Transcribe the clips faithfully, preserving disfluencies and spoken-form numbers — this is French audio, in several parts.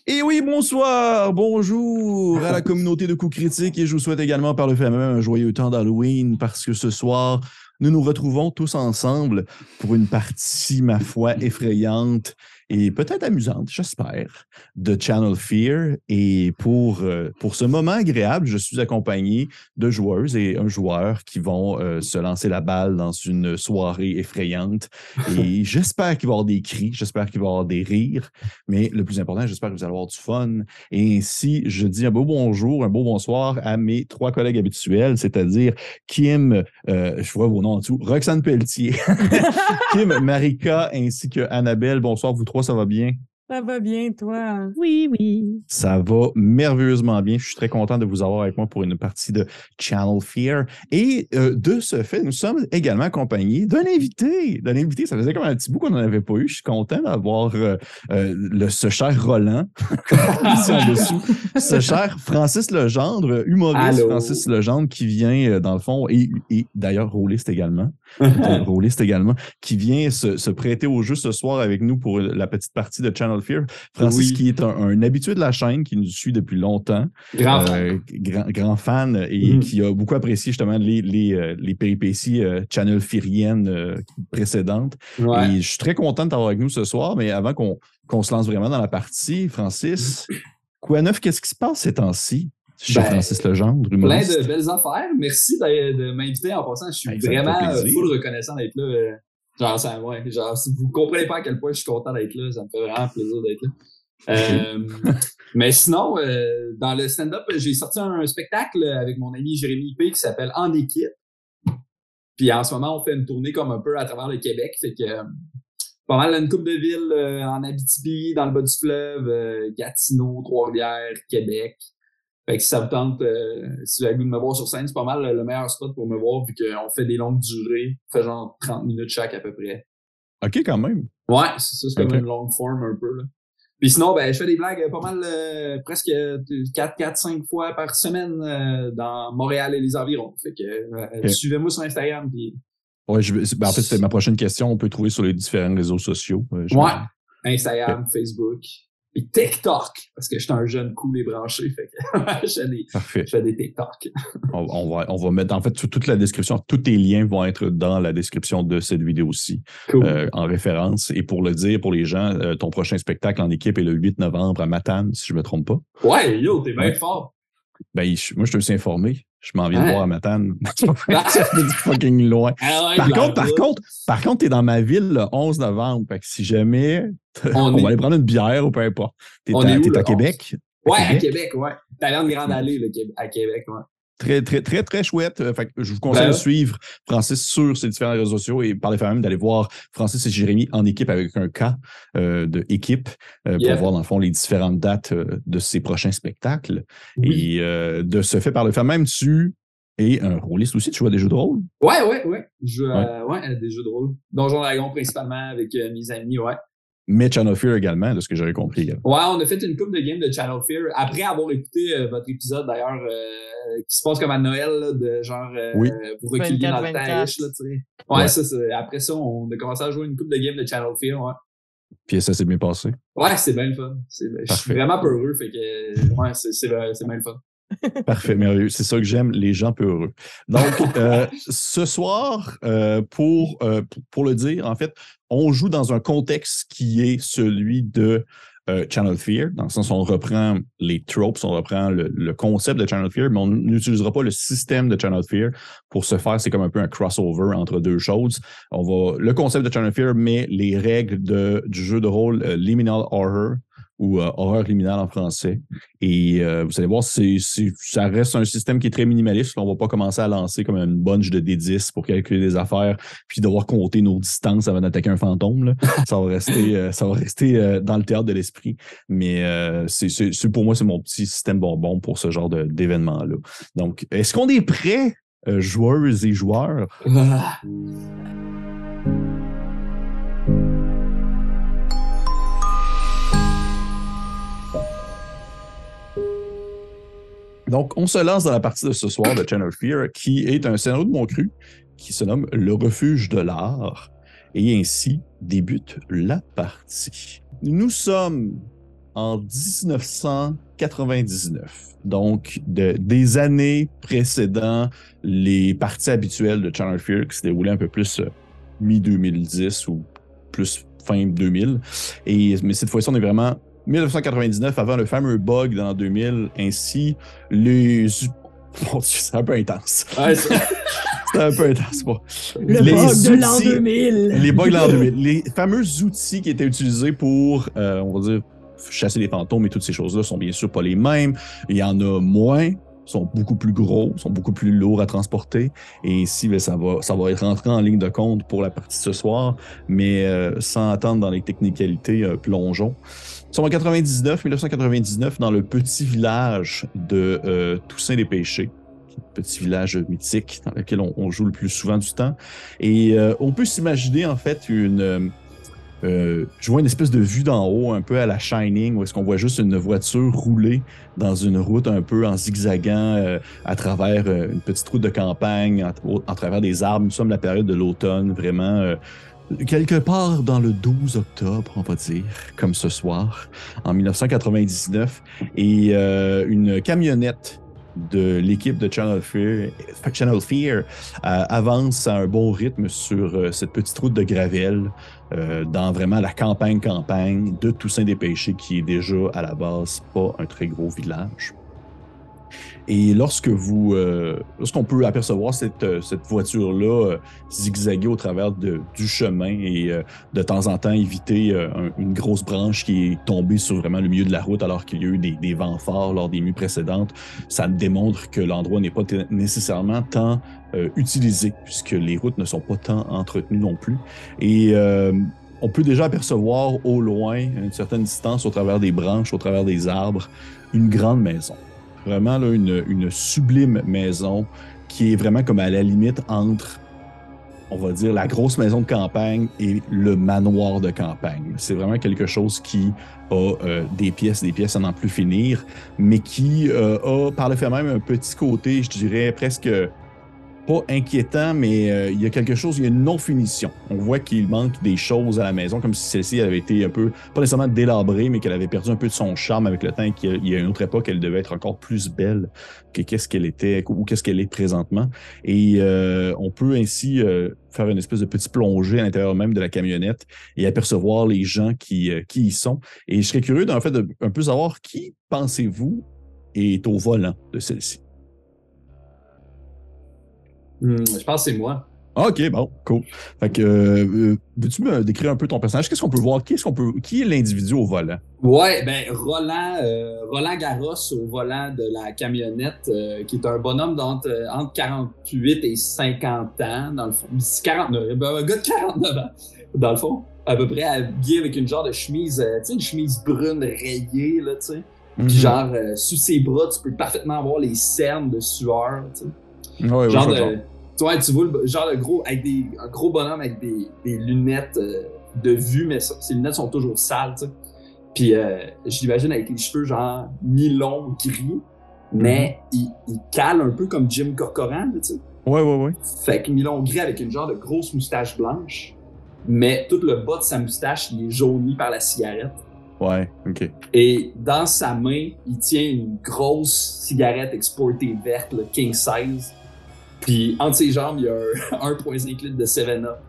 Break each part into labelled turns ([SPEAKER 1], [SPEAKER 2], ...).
[SPEAKER 1] Et oui, bonsoir, bonjour à la communauté de coups critiques et je vous souhaite également par le fait même un joyeux temps d'Halloween parce que ce soir, nous nous retrouvons tous ensemble pour une partie, ma foi, effrayante et peut-être amusante, j'espère, de Channel Fear. Et pour, euh, pour ce moment agréable, je suis accompagné de joueuses et un joueur qui vont euh, se lancer la balle dans une soirée effrayante. Et j'espère qu'il va y avoir des cris, j'espère qu'il va y avoir des rires, mais le plus important, j'espère que vous allez avoir du fun. Et ainsi, je dis un beau bonjour, un beau bonsoir à mes trois collègues habituels, c'est-à-dire Kim, euh, je vois vos noms en dessous, Roxane Pelletier, Kim, Marika, ainsi que Annabelle. Bonsoir, vous trois, ça va bien?
[SPEAKER 2] Ça va bien, toi?
[SPEAKER 3] Oui, oui.
[SPEAKER 1] Ça va merveilleusement bien. Je suis très content de vous avoir avec moi pour une partie de Channel Fear. Et euh, de ce fait, nous sommes également accompagnés d'un invité. D'un invité, ça faisait comme un petit bout qu'on n'en avait pas eu. Je suis content d'avoir euh, euh, le, ce cher Roland, ici en dessous. Ce cher Francis Legendre, humoriste
[SPEAKER 4] Allô.
[SPEAKER 1] Francis Legendre, qui vient, euh, dans le fond, et, et d'ailleurs rôliste également, rôliste également, qui vient se, se prêter au jeu ce soir avec nous pour la petite partie de Channel Fear. Francis,
[SPEAKER 4] Oui.
[SPEAKER 1] qui est un, un habitué de la chaîne, qui nous suit depuis longtemps.
[SPEAKER 4] Grand
[SPEAKER 1] euh,
[SPEAKER 4] fan.
[SPEAKER 1] Grand, grand fan et
[SPEAKER 4] Mhm.
[SPEAKER 1] qui a beaucoup apprécié justement les, les, euh, les péripéties euh, Channel Feariennes euh, précédentes.
[SPEAKER 4] Ouais.
[SPEAKER 1] Et je suis très content de t'avoir avec nous ce soir, mais avant qu'on qu'on se lance vraiment dans la partie, Francis, quoi neuf, qu'est-ce qui se passe ces temps-ci chez
[SPEAKER 4] Ben,
[SPEAKER 1] Francis Legendre,
[SPEAKER 4] Plein
[SPEAKER 1] humoriste?
[SPEAKER 4] de belles affaires. Merci de, de m'inviter en passant. Je suis
[SPEAKER 1] Hey, ça me fait
[SPEAKER 4] vraiment euh,
[SPEAKER 1] plaisir.
[SPEAKER 4] full reconnaissant d'être là. euh, Genre, ça, ouais, genre, si vous comprenez pas à quel point je suis content d'être là, ça me fait vraiment plaisir d'être là. Euh, mais sinon, euh, dans le stand-up, j'ai sorti un spectacle avec mon ami Jérémy P qui s'appelle En équipe. Puis en ce moment, on fait une tournée comme un peu à travers le Québec. Fait que euh, pas mal une couple de villes euh, en Abitibi, dans le bas du fleuve, euh, Gatineau, Trois-Rivières, Québec. Fait que si ça vous tente, euh, si vous avez le goût de me voir sur scène, c'est pas mal le, le meilleur spot pour me voir vu qu'on fait des longues durées. On fait genre trente minutes chaque à peu près.
[SPEAKER 1] OK, quand même.
[SPEAKER 4] Ouais, c'est ça, c'est comme
[SPEAKER 1] Ok.
[SPEAKER 4] une longue forme un peu, là. Puis sinon, ben, je fais des blagues euh, pas mal, euh, presque quatre cinq fois par semaine euh, dans Montréal et les environs. Fait que euh,
[SPEAKER 1] Ok.
[SPEAKER 4] suivez-moi sur Instagram. Puis
[SPEAKER 1] Ouais, je, ben, en fait, c'était ma prochaine question. On peut trouver sur les différents réseaux sociaux. euh,
[SPEAKER 4] ouais,
[SPEAKER 1] j'imagine.
[SPEAKER 4] Instagram, Facebook, puis TikTok, parce que je suis un jeune cool et branché. Fait que je fais des,
[SPEAKER 1] Parfait.
[SPEAKER 4] je fais des TikTok.
[SPEAKER 1] On, on, va, on va mettre, en fait, toute toute la description, tous tes liens vont être dans la description de cette vidéo-ci,
[SPEAKER 4] Cool.
[SPEAKER 1] euh, en référence. Et pour le dire, pour les gens, euh, ton prochain spectacle en équipe est le huit novembre à Matane, si je ne me trompe pas.
[SPEAKER 4] Ouais, yo, t'es bien
[SPEAKER 1] Ouais.
[SPEAKER 4] fort.
[SPEAKER 1] Ben, je- moi, je te suis informé. Je m'en viens de
[SPEAKER 4] Ouais.
[SPEAKER 1] voir à Matane. Ça fait du fucking loin.
[SPEAKER 4] Ah ouais,
[SPEAKER 1] Par
[SPEAKER 4] je
[SPEAKER 1] contre, par
[SPEAKER 4] l'envoie.
[SPEAKER 1] contre, par contre, t'es dans ma ville le onze novembre. Fait que si jamais,
[SPEAKER 4] On
[SPEAKER 1] on,
[SPEAKER 4] est-
[SPEAKER 1] va aller prendre une bière ou peu importe. T'es
[SPEAKER 4] On
[SPEAKER 1] à,
[SPEAKER 4] est où,
[SPEAKER 1] t'es
[SPEAKER 4] le
[SPEAKER 1] à Québec? À
[SPEAKER 4] Ouais, à
[SPEAKER 1] Québec?
[SPEAKER 4] Québec, ouais. Taverne Grande Allée, le Québec, à Québec, ouais.
[SPEAKER 1] Très, très, très, très chouette. Euh, Fait que je vous conseille
[SPEAKER 4] Ben
[SPEAKER 1] de
[SPEAKER 4] ouais.
[SPEAKER 1] suivre Francis sur ses différents réseaux sociaux et par les fait même d'aller voir Francis et Jérémy en équipe avec un K euh, de équipe euh,
[SPEAKER 4] Yep.
[SPEAKER 1] pour voir dans le fond les différentes dates euh, de ses prochains spectacles.
[SPEAKER 4] Oui.
[SPEAKER 1] Et euh, de ce fait, par le fait même, tu es un rôliste aussi, tu joues à des jeux de rôle.
[SPEAKER 4] Ouais, ouais, ouais. Je joue à, ouais, à des jeux de rôle. Donjon Dragon principalement avec euh, mes amis, ouais.
[SPEAKER 1] Mais Channel Fear également, de ce que j'avais compris également.
[SPEAKER 4] Ouais, on a fait une couple de games de Channel Fear après avoir écouté euh, votre épisode d'ailleurs euh, qui se passe comme à Noël, là, de genre euh,
[SPEAKER 1] Oui.
[SPEAKER 4] vous reculiez dans le
[SPEAKER 2] vingt-quatre,
[SPEAKER 4] temps riche, là, tu sais. Ouais,
[SPEAKER 1] Ouais.
[SPEAKER 4] ça, c'est, après ça, on a commencé à jouer une couple de games de Channel Fear, ouais.
[SPEAKER 1] Puis ça s'est bien passé.
[SPEAKER 4] Ouais, c'est bien le fun. C'est, je suis
[SPEAKER 1] Parfait.
[SPEAKER 4] vraiment peureux, fait que ouais, c'est, c'est, c'est bien le fun.
[SPEAKER 1] Parfait, merveilleux. C'est ça que j'aime, les gens peu heureux. Donc, euh, ce soir, euh, pour, euh, pour, pour le dire, en fait, on joue dans un contexte qui est celui de euh, Channel Fear, dans le sens où on reprend les tropes, on reprend le, le concept de Channel Fear, mais on n'utilisera pas le système de Channel Fear. Pour ce faire, c'est comme un peu un crossover entre deux choses. On va, le concept de Channel Fear met les règles de, du jeu de rôle euh, Liminal Horror, ou euh, horreur liminale en français. Et euh, vous allez voir, c'est, c'est, ça reste un système qui est très minimaliste. Là, on ne va pas commencer à lancer comme une bunch de D dix pour calculer des affaires, puis devoir compter nos distances avant d'attaquer un fantôme. Là. Ça va rester, euh, ça va rester euh, dans le théâtre de l'esprit. Mais euh, c'est, c'est, c'est, pour moi, c'est mon petit système bonbon pour ce genre de, d'événement-là. Donc, est-ce qu'on est prêts, euh, joueuses et joueurs?
[SPEAKER 4] Ah.
[SPEAKER 1] Donc, on se lance dans la partie de ce soir de Channel Fear, qui est un scénario de Montcru, qui se nomme Le refuge de l'art. Et ainsi débute la partie. Nous sommes en dix-neuf cent quatre-vingt-dix-neuf. Donc, de, des années précédant les parties habituelles de Channel Fear qui se déroulaient un peu plus euh, mi-deux mille dix ou plus fin deux mille. Et, mais cette fois-ci, on est vraiment dix-neuf cent quatre-vingt-dix-neuf, avant le fameux bug dans deux mille, ainsi les... Mon Dieu, c'est un peu intense.
[SPEAKER 4] Ouais, ça...
[SPEAKER 1] c'est un peu intense. Bon.
[SPEAKER 2] Le les bug outils, de l'an deux mille.
[SPEAKER 1] Les bugs de l'an deux mille. Les fameux outils qui étaient utilisés pour, euh, on va dire, chasser les fantômes et toutes ces choses-là sont bien sûr pas les mêmes. Il y en a moins, sont beaucoup plus gros, sont beaucoup plus lourds à transporter. Et ici, bien, ça, va, ça va être rentré en ligne de compte pour la partie ce soir, mais euh, sans attendre dans les technicalités, euh, plongeons. Nous sommes en quatre-vingt-dix-neuf, dix-neuf cent quatre-vingt-dix-neuf, dans le petit village de euh, Toussaint-des-Péchés, petit village mythique dans lequel on, on joue le plus souvent du temps. Et euh, on peut s'imaginer en fait une... Euh, je vois une espèce de vue d'en haut, un peu à la Shining, où est-ce qu'on voit juste une voiture rouler dans une route un peu en zigzagant euh, à travers euh, une petite route de campagne, en, en travers des arbres. Nous sommes la période de l'automne, vraiment... Euh, quelque part dans le douze octobre, on va dire, comme ce soir, en dix-neuf cent quatre-vingt-dix-neuf, et euh, une camionnette de l'équipe de Channel Fear, Channel Fear euh, avance à un bon rythme sur euh, cette petite route de Gravel, euh, dans vraiment la campagne-campagne de Toussaint-des-Péchés, qui est déjà à la base pas un très gros village. Et lorsque vous, euh, lorsqu'on peut apercevoir cette, cette voiture-là euh, zigzaguer au travers de, du chemin et euh, de temps en temps éviter euh, un, une grosse branche qui est tombée sur vraiment le milieu de la route alors qu'il y a eu des, des vents forts lors des nuits précédentes, ça démontre que l'endroit n'est pas t- nécessairement tant euh, utilisé puisque les routes ne sont pas tant entretenues non plus. Et euh, on peut déjà apercevoir au loin, à une certaine distance, au travers des branches, au travers des arbres, une grande maison. Vraiment là, une, une sublime maison qui est vraiment comme à la limite entre, on va dire, la grosse maison de campagne et le manoir de campagne. C'est vraiment quelque chose qui a euh, des pièces, des pièces à n'en plus finir, mais qui euh, a par le fait même un petit côté, je dirais, presque pas inquiétant, mais euh, il y a quelque chose, il y a une non-finition. On voit qu'il manque des choses à la maison, comme si celle-ci avait été un peu, pas nécessairement délabrée, mais qu'elle avait perdu un peu de son charme avec le temps et qu'il y a une autre époque, elle devait être encore plus belle que qu'est-ce qu'elle était ou qu'est-ce qu'elle est présentement. Et euh, on peut ainsi euh, faire une espèce de petit plongée à l'intérieur même de la camionnette et apercevoir les gens qui, euh, qui y sont. Et je serais curieux d'en fait de un peu savoir qui, pensez-vous, est au volant de celle-ci.
[SPEAKER 4] Hmm, je pense que c'est moi.
[SPEAKER 1] OK, bon, cool. Fait que, euh, veux-tu me décrire un peu ton personnage? Qu'est-ce qu'on peut voir? Qui est-ce qu'on peut, qui est l'individu au volant?
[SPEAKER 4] Ouais, ben Roland, euh, Roland Garros au volant de la camionnette, euh, qui est un bonhomme d'entre, entre quarante-huit et cinquante ans, dans le fond. quarante-neuf, ben, un gars de quarante-neuf ans, dans le fond. À peu près habillé avec une genre de chemise, euh, tu sais, une chemise brune rayée, là, tu sais. Mm-hmm. Puis genre, euh, sous ses bras, tu peux parfaitement voir les cernes de sueur, tu sais.
[SPEAKER 1] Ouais,
[SPEAKER 4] genre
[SPEAKER 1] ouais,
[SPEAKER 4] de, tu vois, tu vois le genre de gros, avec des, un gros bonhomme avec des, des lunettes euh, de vue, mais ça, ses lunettes sont toujours sales, tu sais. Puis euh, je l'imagine avec les cheveux genre mi-longs, gris, mais mm-hmm. il, il cale un peu comme Jim Corcoran, tu sais.
[SPEAKER 1] Ouais, ouais, ouais.
[SPEAKER 4] Fait que mi-long gris avec une genre de grosse moustache blanche, mais tout le bas de sa moustache, il est jauni par la cigarette.
[SPEAKER 1] Ouais, OK.
[SPEAKER 4] Et dans sa main, il tient une grosse cigarette exportée verte, le king size. Puis entre ses jambes, il y a un un virgule cinq litres de seven up.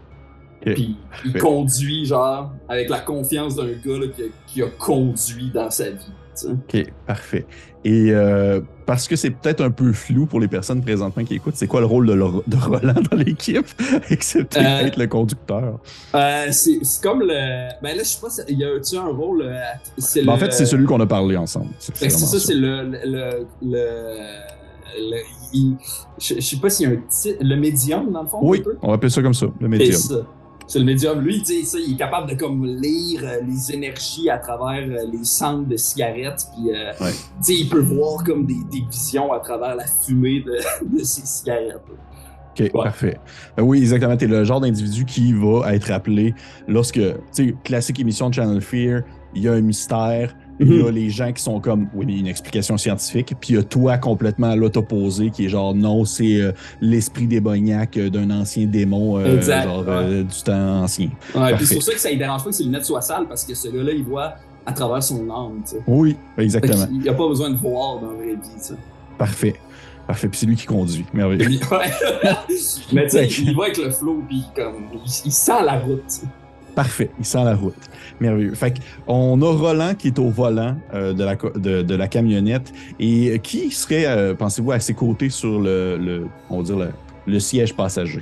[SPEAKER 4] Okay. Puis il Fait. conduit, genre, avec la confiance d'un gars là, qui, a, qui a conduit dans sa vie. T'sais.
[SPEAKER 1] OK, parfait. Et euh, parce que c'est peut-être un peu flou pour les personnes présentement qui écoutent, c'est quoi le rôle de, le, de Roland dans l'équipe, excepté euh, être le conducteur?
[SPEAKER 4] Euh, c'est, c'est comme le... Ben là, je sais pas, il y a-tu un rôle... Euh, c'est
[SPEAKER 1] ben
[SPEAKER 4] le...
[SPEAKER 1] En fait, c'est celui qu'on a parlé ensemble.
[SPEAKER 4] C'est, c'est ça, ça, c'est le... le, le, le... Le, il, je, je sais pas s'il y a un titre, le médium dans le fond.
[SPEAKER 1] Oui, on va appeler ça comme ça, le médium.
[SPEAKER 4] C'est ça. C'est le médium. Lui, tu sais, ça, il est capable de comme lire euh, les énergies à travers euh, les cendres de cigarettes, puis euh,
[SPEAKER 1] ouais.
[SPEAKER 4] tu sais, il peut voir comme des, des visions à travers la fumée de, de ces cigarettes.
[SPEAKER 1] OK, ouais. Parfait. Ben oui, exactement. T'es le genre d'individu qui va être appelé lorsque, tu sais, classique émission de Channel Fear, il y a un mystère. Il y a les gens qui sont comme, oui, mais une explication scientifique. Puis il y a toi complètement à l'autre opposé qui est genre, non, c'est euh, l'esprit démoniaque d'un ancien démon, euh, genre
[SPEAKER 4] ouais.
[SPEAKER 1] euh, du temps ancien.
[SPEAKER 4] Ouais, puis c'est pour ça que ça ne dérange pas que ses lunettes soient sales parce que ce gars-là, il voit à travers son âme, tu sais.
[SPEAKER 1] Oui, exactement.
[SPEAKER 4] Il n'y a pas besoin de voir dans la vraie vie, tu sais.
[SPEAKER 1] Parfait. Parfait. Puis c'est lui qui conduit. Merveilleux.
[SPEAKER 4] Lui, ouais. Mais tu sais, il va avec le flow, puis comme, il, il sent la route, tu sais.
[SPEAKER 1] Parfait, il sent la route. Merveilleux. Fait qu'on a Roland qui est au volant euh, de, la, de, de la camionnette. Et qui serait, euh, pensez-vous, à ses côtés sur le, le on va dire, le, le siège passager?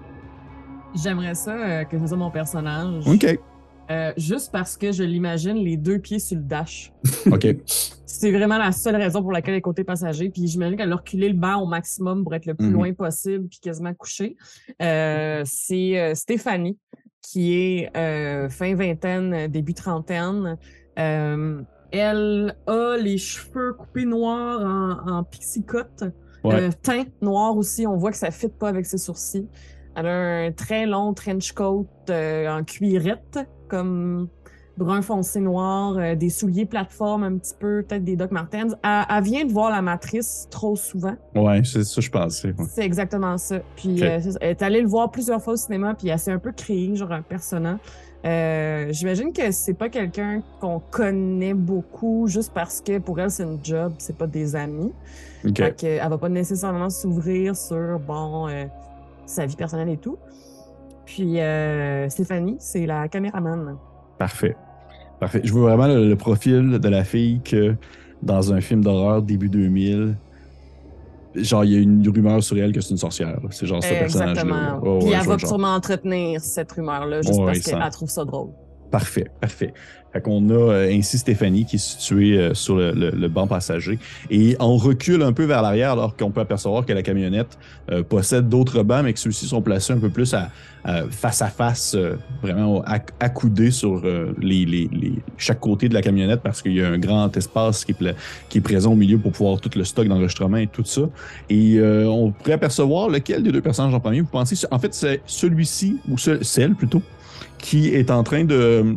[SPEAKER 2] J'aimerais ça euh, que ce soit mon personnage.
[SPEAKER 1] OK.
[SPEAKER 2] Euh, juste parce que je l'imagine les deux pieds sur le dash.
[SPEAKER 1] OK.
[SPEAKER 2] C'est vraiment la seule raison pour laquelle elle est côté passager. Puis j'imagine qu'elle a reculé le banc au maximum pour être le plus
[SPEAKER 1] Mm-hmm.
[SPEAKER 2] loin possible puis quasiment couché. Euh, c'est euh, Stéphanie, qui est euh, fin vingtaine, début trentaine. Euh, elle a les cheveux coupés noirs en, en pixie-cut.
[SPEAKER 1] Ouais.
[SPEAKER 2] Euh, teint noir aussi. On voit que ça ne fit pas avec ses sourcils. Elle a un très long trench coat euh, en cuirette, comme brun foncé noir, euh, des souliers plateforme un petit peu, peut-être des Doc Martens. Elle, elle vient de voir La Matrice trop souvent.
[SPEAKER 1] Ouais, c'est ça, je pensais. Ouais.
[SPEAKER 2] C'est exactement ça. Puis
[SPEAKER 1] Okay.
[SPEAKER 2] euh, c'est, elle est allée le voir plusieurs fois au cinéma, puis elle s'est un peu créée, genre un personnage. Euh, j'imagine que c'est pas quelqu'un qu'on connaît beaucoup juste parce que pour elle, c'est une job, c'est pas des amis.
[SPEAKER 1] Okay.
[SPEAKER 2] Fait qu'elle va pas nécessairement s'ouvrir sur, bon... Euh, sa vie personnelle et tout. Puis euh, Stéphanie, c'est la caméraman.
[SPEAKER 1] Parfait. Parfait. Je veux vraiment le, le profil de la fille que dans un film d'horreur début deux mille, genre, il y a une rumeur sur elle que c'est une sorcière. C'est genre ce personnage-là.
[SPEAKER 2] Exactement.
[SPEAKER 1] Oh,
[SPEAKER 2] Puis
[SPEAKER 1] ouais,
[SPEAKER 2] elle va
[SPEAKER 1] genre.
[SPEAKER 2] sûrement entretenir cette rumeur-là juste
[SPEAKER 1] Oh,
[SPEAKER 2] parce
[SPEAKER 1] ouais,
[SPEAKER 2] qu'elle
[SPEAKER 1] ça...
[SPEAKER 2] trouve ça drôle.
[SPEAKER 1] Parfait, parfait. Fait qu'on a euh, ainsi Stéphanie qui est située euh, sur le, le, le banc passager. Et on recule un peu vers l'arrière alors qu'on peut apercevoir que la camionnette euh, possède d'autres bancs, mais que ceux-ci sont placés un peu plus à, à face à face, euh, vraiment accoudés sur euh, les, les, les, chaque côté de la camionnette parce qu'il y a un grand espace qui est, pla- qui est présent au milieu pour pouvoir tout le stock d'enregistrement et tout ça. Et euh, on pourrait apercevoir lequel des deux personnages en premier. Vous pensez, en fait, c'est celui-ci, ou ce, celle plutôt, qui est en train de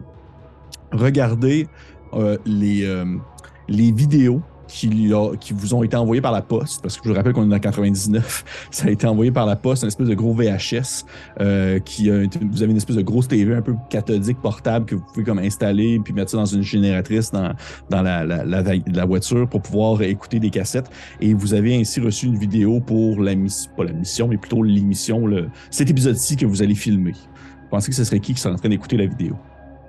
[SPEAKER 1] regarder euh, les, euh, les vidéos qui, a, qui vous ont été envoyées par la poste, parce que je vous rappelle qu'on est en quatre-vingt-dix-neuf, ça a été envoyé par la poste, une espèce de gros V H S, euh, qui a été, vous avez une espèce de grosse T V un peu cathodique portable que vous pouvez comme installer puis mettre ça dans une génératrice dans, dans la, la, la, la voiture pour pouvoir écouter des cassettes. Et vous avez ainsi reçu une vidéo pour la mission, pas la mission, mais plutôt l'émission, le, cet épisode-ci que vous allez filmer. Vous pensez que ce serait qui qui serait en train d'écouter la vidéo?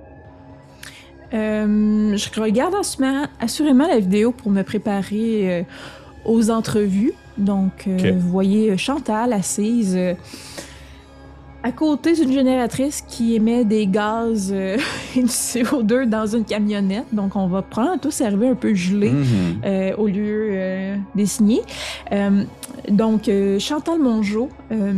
[SPEAKER 3] Euh, je regarde assurément, assurément la vidéo pour me préparer euh, aux entrevues. Donc, euh, okay. Vous voyez Chantal assise euh, à côté d'une génératrice qui émet des gaz euh, et du C O deux dans une camionnette. Donc, on va prendre tout servir un peu gelé mm-hmm. euh, au lieu euh, dessiné. Euh, donc, euh, Chantal Mongeau, euh,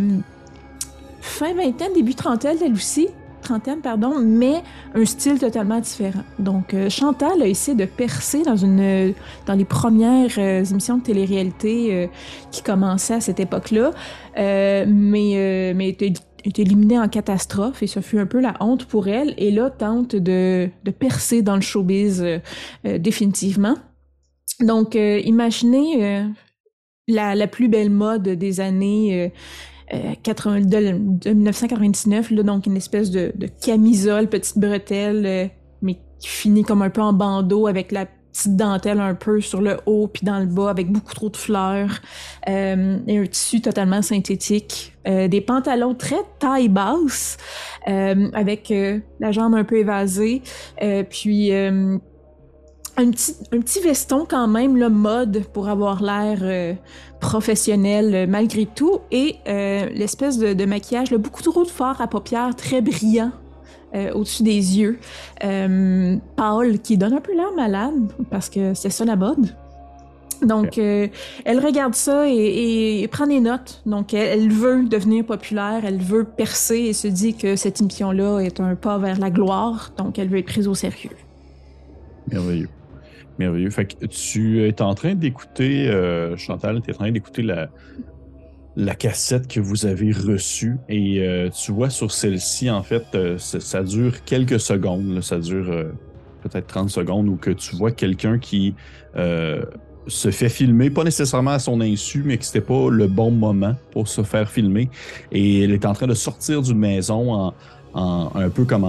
[SPEAKER 3] fin vingtaine, début trentaine, elle aussi. trentaine, pardon, mais un style totalement différent. Donc, euh, Chantal a essayé de percer dans une dans les premières euh, émissions de télé-réalité euh, qui commençaient à cette époque-là, euh, mais, euh, mais était, était éliminée en catastrophe et ce fut un peu la honte pour elle. Et là, tente de, de percer dans le showbiz euh, euh, définitivement. Donc, euh, imaginez euh, la, la plus belle mode des années... Euh, Euh, quatre-vingts, de, de dix-neuf cent quatre-vingt-dix-neuf, là, donc une espèce de, de camisole, petite bretelle, euh, mais qui finit comme un peu en bandeau avec la petite dentelle un peu sur le haut puis dans le bas avec beaucoup trop de fleurs, euh, et un tissu totalement synthétique, euh, des pantalons très taille basse euh, avec euh, la jambe un peu évasée, euh, puis euh, Un petit, un petit veston quand même, le mode pour avoir l'air euh, professionnel euh, malgré tout, et euh, l'espèce de, de maquillage, là, beaucoup trop de fard à paupières, très brillant euh, au-dessus des yeux, euh, pâle, qui donne un peu l'air malade, parce que c'est ça la mode. Donc, euh, elle regarde ça et, et, et prend des notes. Donc, elle, elle veut devenir populaire, elle veut percer et se dit que cette émission-là est un pas vers la gloire, donc elle veut être prise au sérieux.
[SPEAKER 1] Merveilleux. Merveilleux. Fait que tu es en train d'écouter, euh, Chantal, tu es en train d'écouter la, la cassette que vous avez reçue et euh, tu vois sur celle-ci, en fait, euh, ça, ça dure quelques secondes, là, ça dure euh, peut-être trente secondes, où que tu vois quelqu'un qui euh, se fait filmer, pas nécessairement à son insu, mais que c'était pas le bon moment pour se faire filmer. Et elle est en train de sortir d'une maison en, en un peu comme en...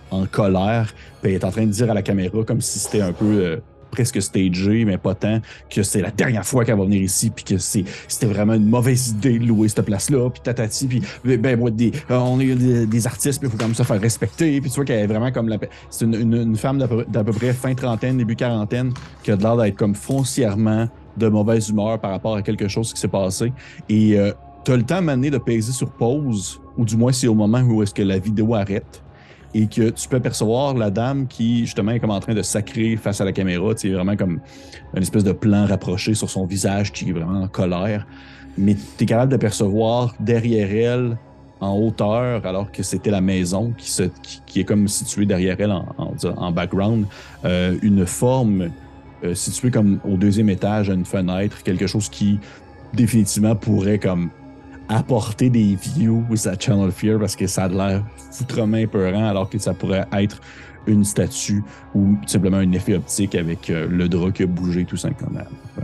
[SPEAKER 1] en colère, puis elle est en train de dire à la caméra comme si c'était un peu euh, presque stagé, mais pas tant, que c'est la dernière fois qu'elle va venir ici, puis que c'est, c'était vraiment une mauvaise idée de louer cette place-là, puis tatati, puis ben moi, des, on est des, des artistes, puis il faut quand même se faire respecter, puis tu vois qu'elle est vraiment comme la, c'est une, une, une femme d'à peu, d'à peu près fin trentaine, début quarantaine, qui a l'air d'être comme foncièrement de mauvaise humeur par rapport à quelque chose qui s'est passé, et euh, tu as le temps maintenant de peser sur pause, ou du moins c'est au moment où est-ce que la vidéo arrête, et que tu peux apercevoir la dame qui, justement, est comme en train de sacrer face à la caméra. C'est vraiment comme une espèce de plan rapproché sur son visage qui est vraiment en colère. Mais tu es capable d'apercevoir derrière elle, en hauteur, alors que c'était la maison qui, se, qui, qui est comme située derrière elle en, en, en background, euh, une forme euh, située comme au deuxième étage à une fenêtre, quelque chose qui définitivement pourrait comme apporter des views à Channel Fear parce que ça a l'air foutrement épeurant alors que ça pourrait être une statue ou simplement un effet optique avec euh, le drap qui a bougé tout simplement.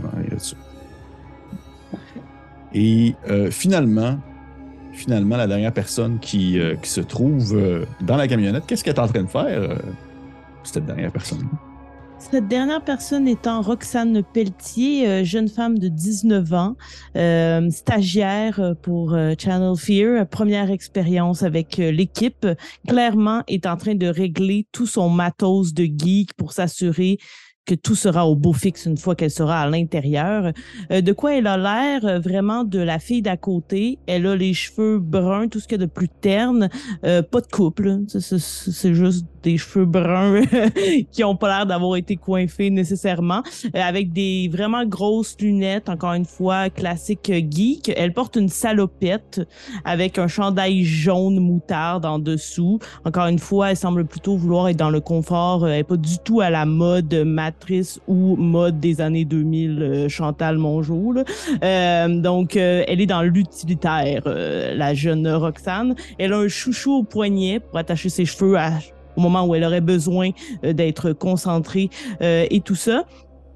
[SPEAKER 1] Et euh, finalement, finalement, la dernière personne qui, euh, qui se trouve euh, dans la camionnette, qu'est-ce qu'elle est en train de faire, euh, cette dernière personne?
[SPEAKER 5] Cette dernière personne étant Roxane Pelletier, euh, jeune femme de dix-neuf ans, euh, stagiaire pour euh, Channel Fear, première expérience avec euh, l'équipe, clairement est en train de régler tout son matos de geek pour s'assurer que tout sera au beau fixe une fois qu'elle sera à l'intérieur. Euh, de quoi elle a l'air euh, vraiment de la fille d'à côté. Elle a les cheveux bruns, tout ce qu'il y a de plus terne. Euh, pas de couple, c'est, c'est, c'est juste des cheveux bruns qui ont pas l'air d'avoir été coiffés nécessairement. Euh, avec des vraiment grosses lunettes, encore une fois, classique geek. Elle porte une salopette avec un chandail jaune moutarde en dessous. Encore une fois, elle semble plutôt vouloir être dans le confort. Elle n'est pas du tout à la mode matrice ou mode des années deux mille, euh, Chantal Mongeau. Euh, donc, euh, elle est dans l'utilitaire, euh, la jeune Roxane. Elle a un chouchou au poignet pour attacher ses cheveux à, au moment où elle aurait besoin euh, d'être concentrée euh, et tout ça.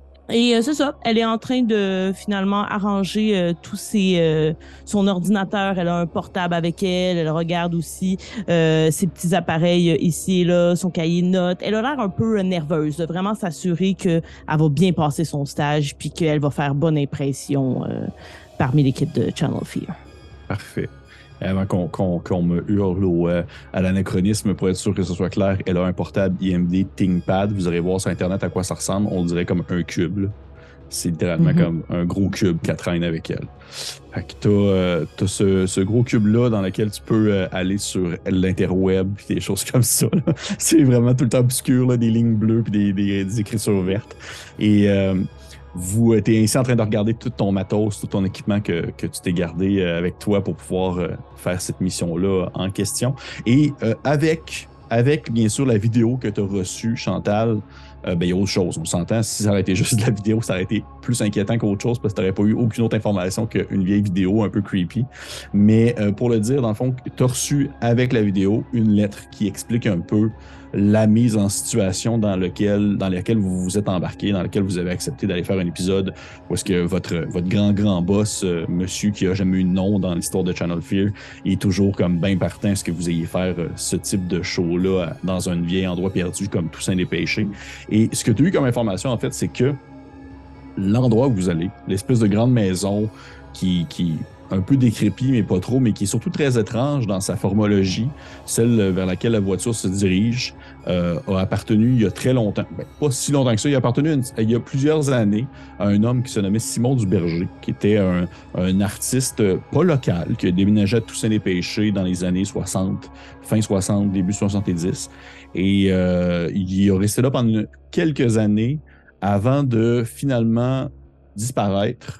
[SPEAKER 5] Et euh, c'est ça, elle est en train de finalement arranger euh, tous ses, euh, son ordinateur. Elle a un portable avec elle, elle regarde aussi euh, ses petits appareils euh, ici et là, son cahier de notes. Elle a l'air un peu euh, nerveuse, de vraiment s'assurer qu'elle va bien passer son stage puis qu'elle va faire bonne impression euh, parmi l'équipe de Channel Fear.
[SPEAKER 1] Parfait. Avant qu'on, qu'on, qu'on me hurle au, euh, à l'anachronisme, pour être sûr que ce soit clair, elle a un portable I M D ThinkPad. Vous allez voir sur Internet à quoi ça ressemble. On dirait comme un cube. Là. C'est littéralement mm-hmm. comme un gros cube qu'elle traîne avec elle. Fait que t'as, euh, t'as ce, ce gros cube-là dans lequel tu peux euh, aller sur l'interweb et des choses comme ça. Là. C'est vraiment tout le temps obscur, là, des lignes bleues et des, des, des écritures vertes. Et... Euh, Vous êtes ainsi en train de regarder tout ton matos, tout ton équipement que, que tu t'es gardé avec toi pour pouvoir euh, faire cette mission-là en question. Et euh, avec, avec, bien sûr, la vidéo que tu as reçue, Chantal, euh, ben, il y a autre chose. On s'entend, si ça aurait été juste de la vidéo, ça aurait été plus inquiétant qu'autre chose parce que tu n'aurais pas eu aucune autre information qu'une vieille vidéo un peu creepy. Mais euh, pour le dire, dans le fond, tu as reçu avec la vidéo une lettre qui explique un peu la mise en situation dans, lequel, dans laquelle vous vous êtes embarqué, dans laquelle vous avez accepté d'aller faire un épisode où est-ce que votre, votre grand, grand boss, euh, monsieur qui a jamais eu de nom dans l'histoire de Channel Fear, est toujours comme bien partant à ce que vous ayez faire euh, ce type de show-là dans un vieil endroit perdu comme Toussaint des Péchés. Et ce que tu as eu comme information, en fait, c'est que l'endroit où vous allez, l'espèce de grande maison qui... qui un peu décrépit, mais pas trop, mais qui est surtout très étrange dans sa formologie, celle vers laquelle la voiture se dirige, euh, a appartenu il y a très longtemps. Ben, pas si longtemps que ça, il a appartenu une, il y a plusieurs années à un homme qui se nommait Simon Duberger, qui était un, un artiste pas local, qui a déménagé à Toussaint-des-Péchés dans les années soixante, fin soixante, début soixante-dix. Et euh, il est resté là pendant quelques années avant de finalement disparaître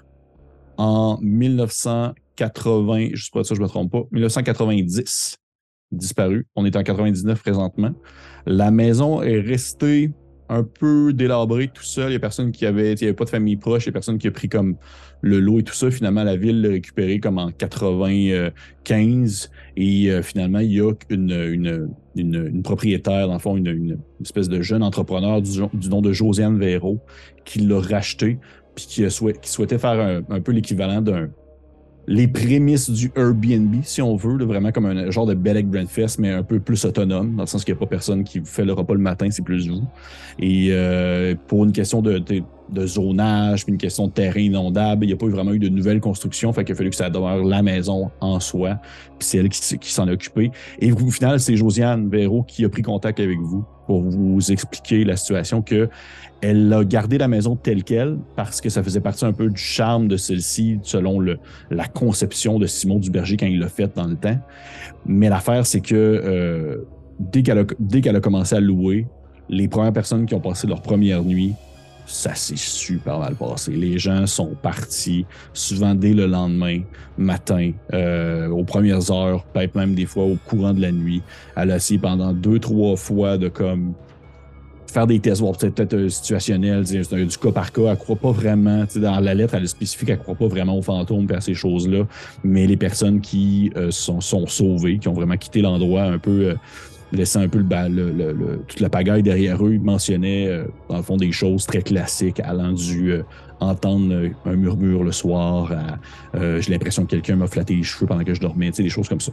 [SPEAKER 1] en mille neuf cent quatre-vingts, je ne sais pas si je ne me trompe pas, mille neuf cent quatre-vingt-dix, disparu. On est en quatre-vingt-dix-neuf présentement. La maison est restée un peu délabrée tout seul. Il n'y a personne qui avait, il n'y avait pas de famille proche, il n'y a personne qui a pris comme le lot et tout ça. Finalement, la ville l'a récupéré comme en quatre-vingt-quinze et euh, finalement, il y a une, une, une, une propriétaire, dans le fond, une, une espèce de jeune entrepreneur du, du nom de Josiane Véro qui l'a racheté puis qui, a souhait, qui souhaitait faire un, un peu l'équivalent d'un, les prémices du Airbnb, si on veut, là, vraiment comme un genre de Bed and Breakfast, mais un peu plus autonome, dans le sens qu'il n'y a pas personne qui vous fait le repas le matin, c'est plus vous. Et euh, pour une question de, de, de zonage, puis une question de terrain inondable, il n'y a pas vraiment eu de nouvelles constructions, fait qu'il a fallu que ça demeure la maison en soi, puis c'est elle qui, qui s'en est occupée. Et au final, c'est Josiane Véro qui a pris contact avec vous pour vous expliquer la situation, que elle a gardé la maison telle qu'elle parce que ça faisait partie un peu du charme de celle-ci selon le, la conception de Simon Duberger quand il l'a faite dans le temps. Mais l'affaire, c'est que euh, dès qu'elle a, dès qu'elle a commencé à louer, les premières personnes qui ont passé leur première nuit, ça s'est super mal passé. Les gens sont partis souvent dès le lendemain matin, euh, aux premières heures, peut-être même des fois au courant de la nuit. Elle a essayé pendant deux, trois fois de comme faire des tests, voir peut-être, peut-être situationnel, c'est du cas par cas. Elle croit pas vraiment, dans la lettre, elle spécifie qu'elle croit pas vraiment aux fantômes et à ces choses-là, mais les personnes qui euh, sont, sont sauvées, qui ont vraiment quitté l'endroit un peu, euh, laissant un peu le, le, le, le, toute la pagaille derrière eux, ils mentionnaient, euh, dans le fond, des choses très classiques, allant du euh, entendre un murmure le soir à euh, j'ai l'impression que quelqu'un m'a flatté les cheveux pendant que je dormais, des choses comme ça.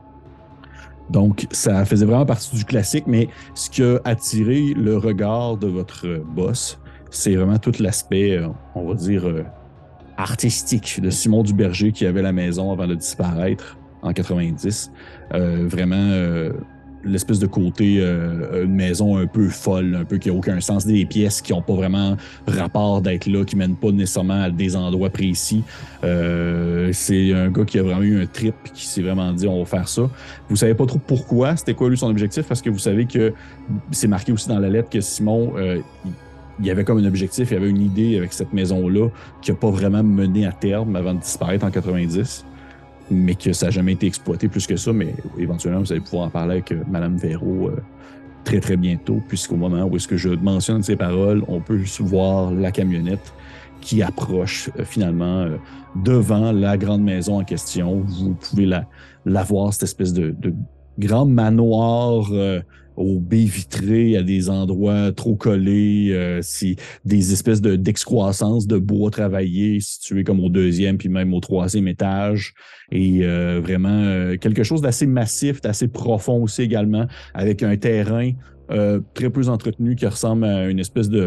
[SPEAKER 1] Donc, ça faisait vraiment partie du classique, mais ce qui a attiré le regard de votre boss, c'est vraiment tout l'aspect, on va dire, artistique de Simon Duberger qui avait la maison avant de disparaître en quatre-vingt-dix. Euh, vraiment, euh, l'espèce de côté, euh, une maison un peu folle, un peu qui n'a aucun sens, des pièces qui n'ont pas vraiment rapport d'être là, qui ne mènent pas nécessairement à des endroits précis. Euh, c'est un gars qui a vraiment eu un trip, qui s'est vraiment dit on va faire ça. Vous savez pas trop pourquoi, c'était quoi lui son objectif, parce que vous savez que c'est marqué aussi dans la lettre que Simon, euh, il, il avait comme un objectif, il avait une idée avec cette maison-là qui n'a pas vraiment mené à terme avant de disparaître en quatre-vingt-dix. Mais que ça n'a jamais été exploité plus que ça, mais éventuellement, vous allez pouvoir en parler avec euh, Mme Véro euh, très, très bientôt, puisqu'au moment où est-ce que je mentionne ces paroles, on peut voir la camionnette qui approche euh, finalement euh, devant la grande maison en question. Vous pouvez la, la voir, cette espèce de, de grand manoir euh, aux baies vitrées à des endroits trop collés, euh, c'est des espèces de, d'excroissance de bois travaillé situé comme au deuxième puis même au troisième étage, et euh, vraiment euh, quelque chose d'assez massif, d'assez profond aussi également, avec un terrain euh, très peu entretenu qui ressemble à une espèce de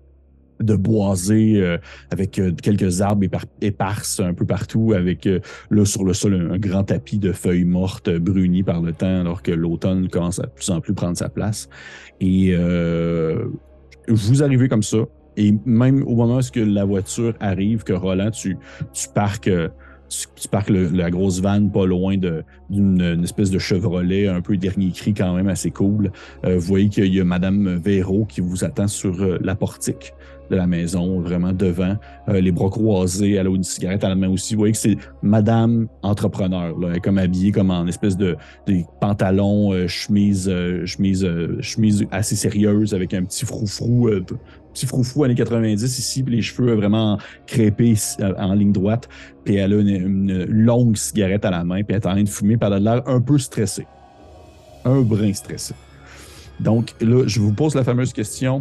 [SPEAKER 1] de boisé euh, avec euh, quelques arbres épar- éparses un peu partout, avec euh, là sur le sol un, un grand tapis de feuilles mortes euh, brunies par le temps, alors que l'automne commence à de plus en plus prendre sa place. Et euh, vous arrivez comme ça, et même au moment où la voiture arrive, que Roland, tu, tu parques, euh, tu, tu parques le, la grosse vanne pas loin de, d'une une espèce de Chevrolet un peu dernier cri quand même assez cool. Euh, vous voyez qu'il y a Mme Véro qui vous attend sur euh, la portique de la maison, vraiment devant, euh, les bras croisés, elle a une cigarette à la main aussi. Vous voyez que c'est Madame Entrepreneur, là, elle est comme habillée comme en espèce de, de pantalon, euh, chemise, euh, chemise, euh, chemise assez sérieuse avec un petit froufrou, euh, petit froufrou années quatre-vingt-dix ici, puis les cheveux vraiment crêpés euh, en ligne droite, puis elle a une, une longue cigarette à la main, puis elle est en train de fumer, puis elle a l'air un peu stressée, un brin stressé. Donc là, je vous pose la fameuse question.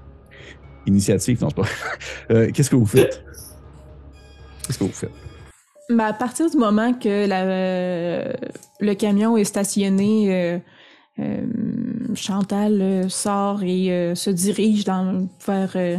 [SPEAKER 1] Initiative, non, c'est pas. euh, qu'est-ce que vous faites? Qu'est-ce que vous faites?
[SPEAKER 3] Ben, à partir du moment que la, euh, le camion est stationné, euh, euh, Chantal euh, sort et euh, se dirige dans, vers, euh,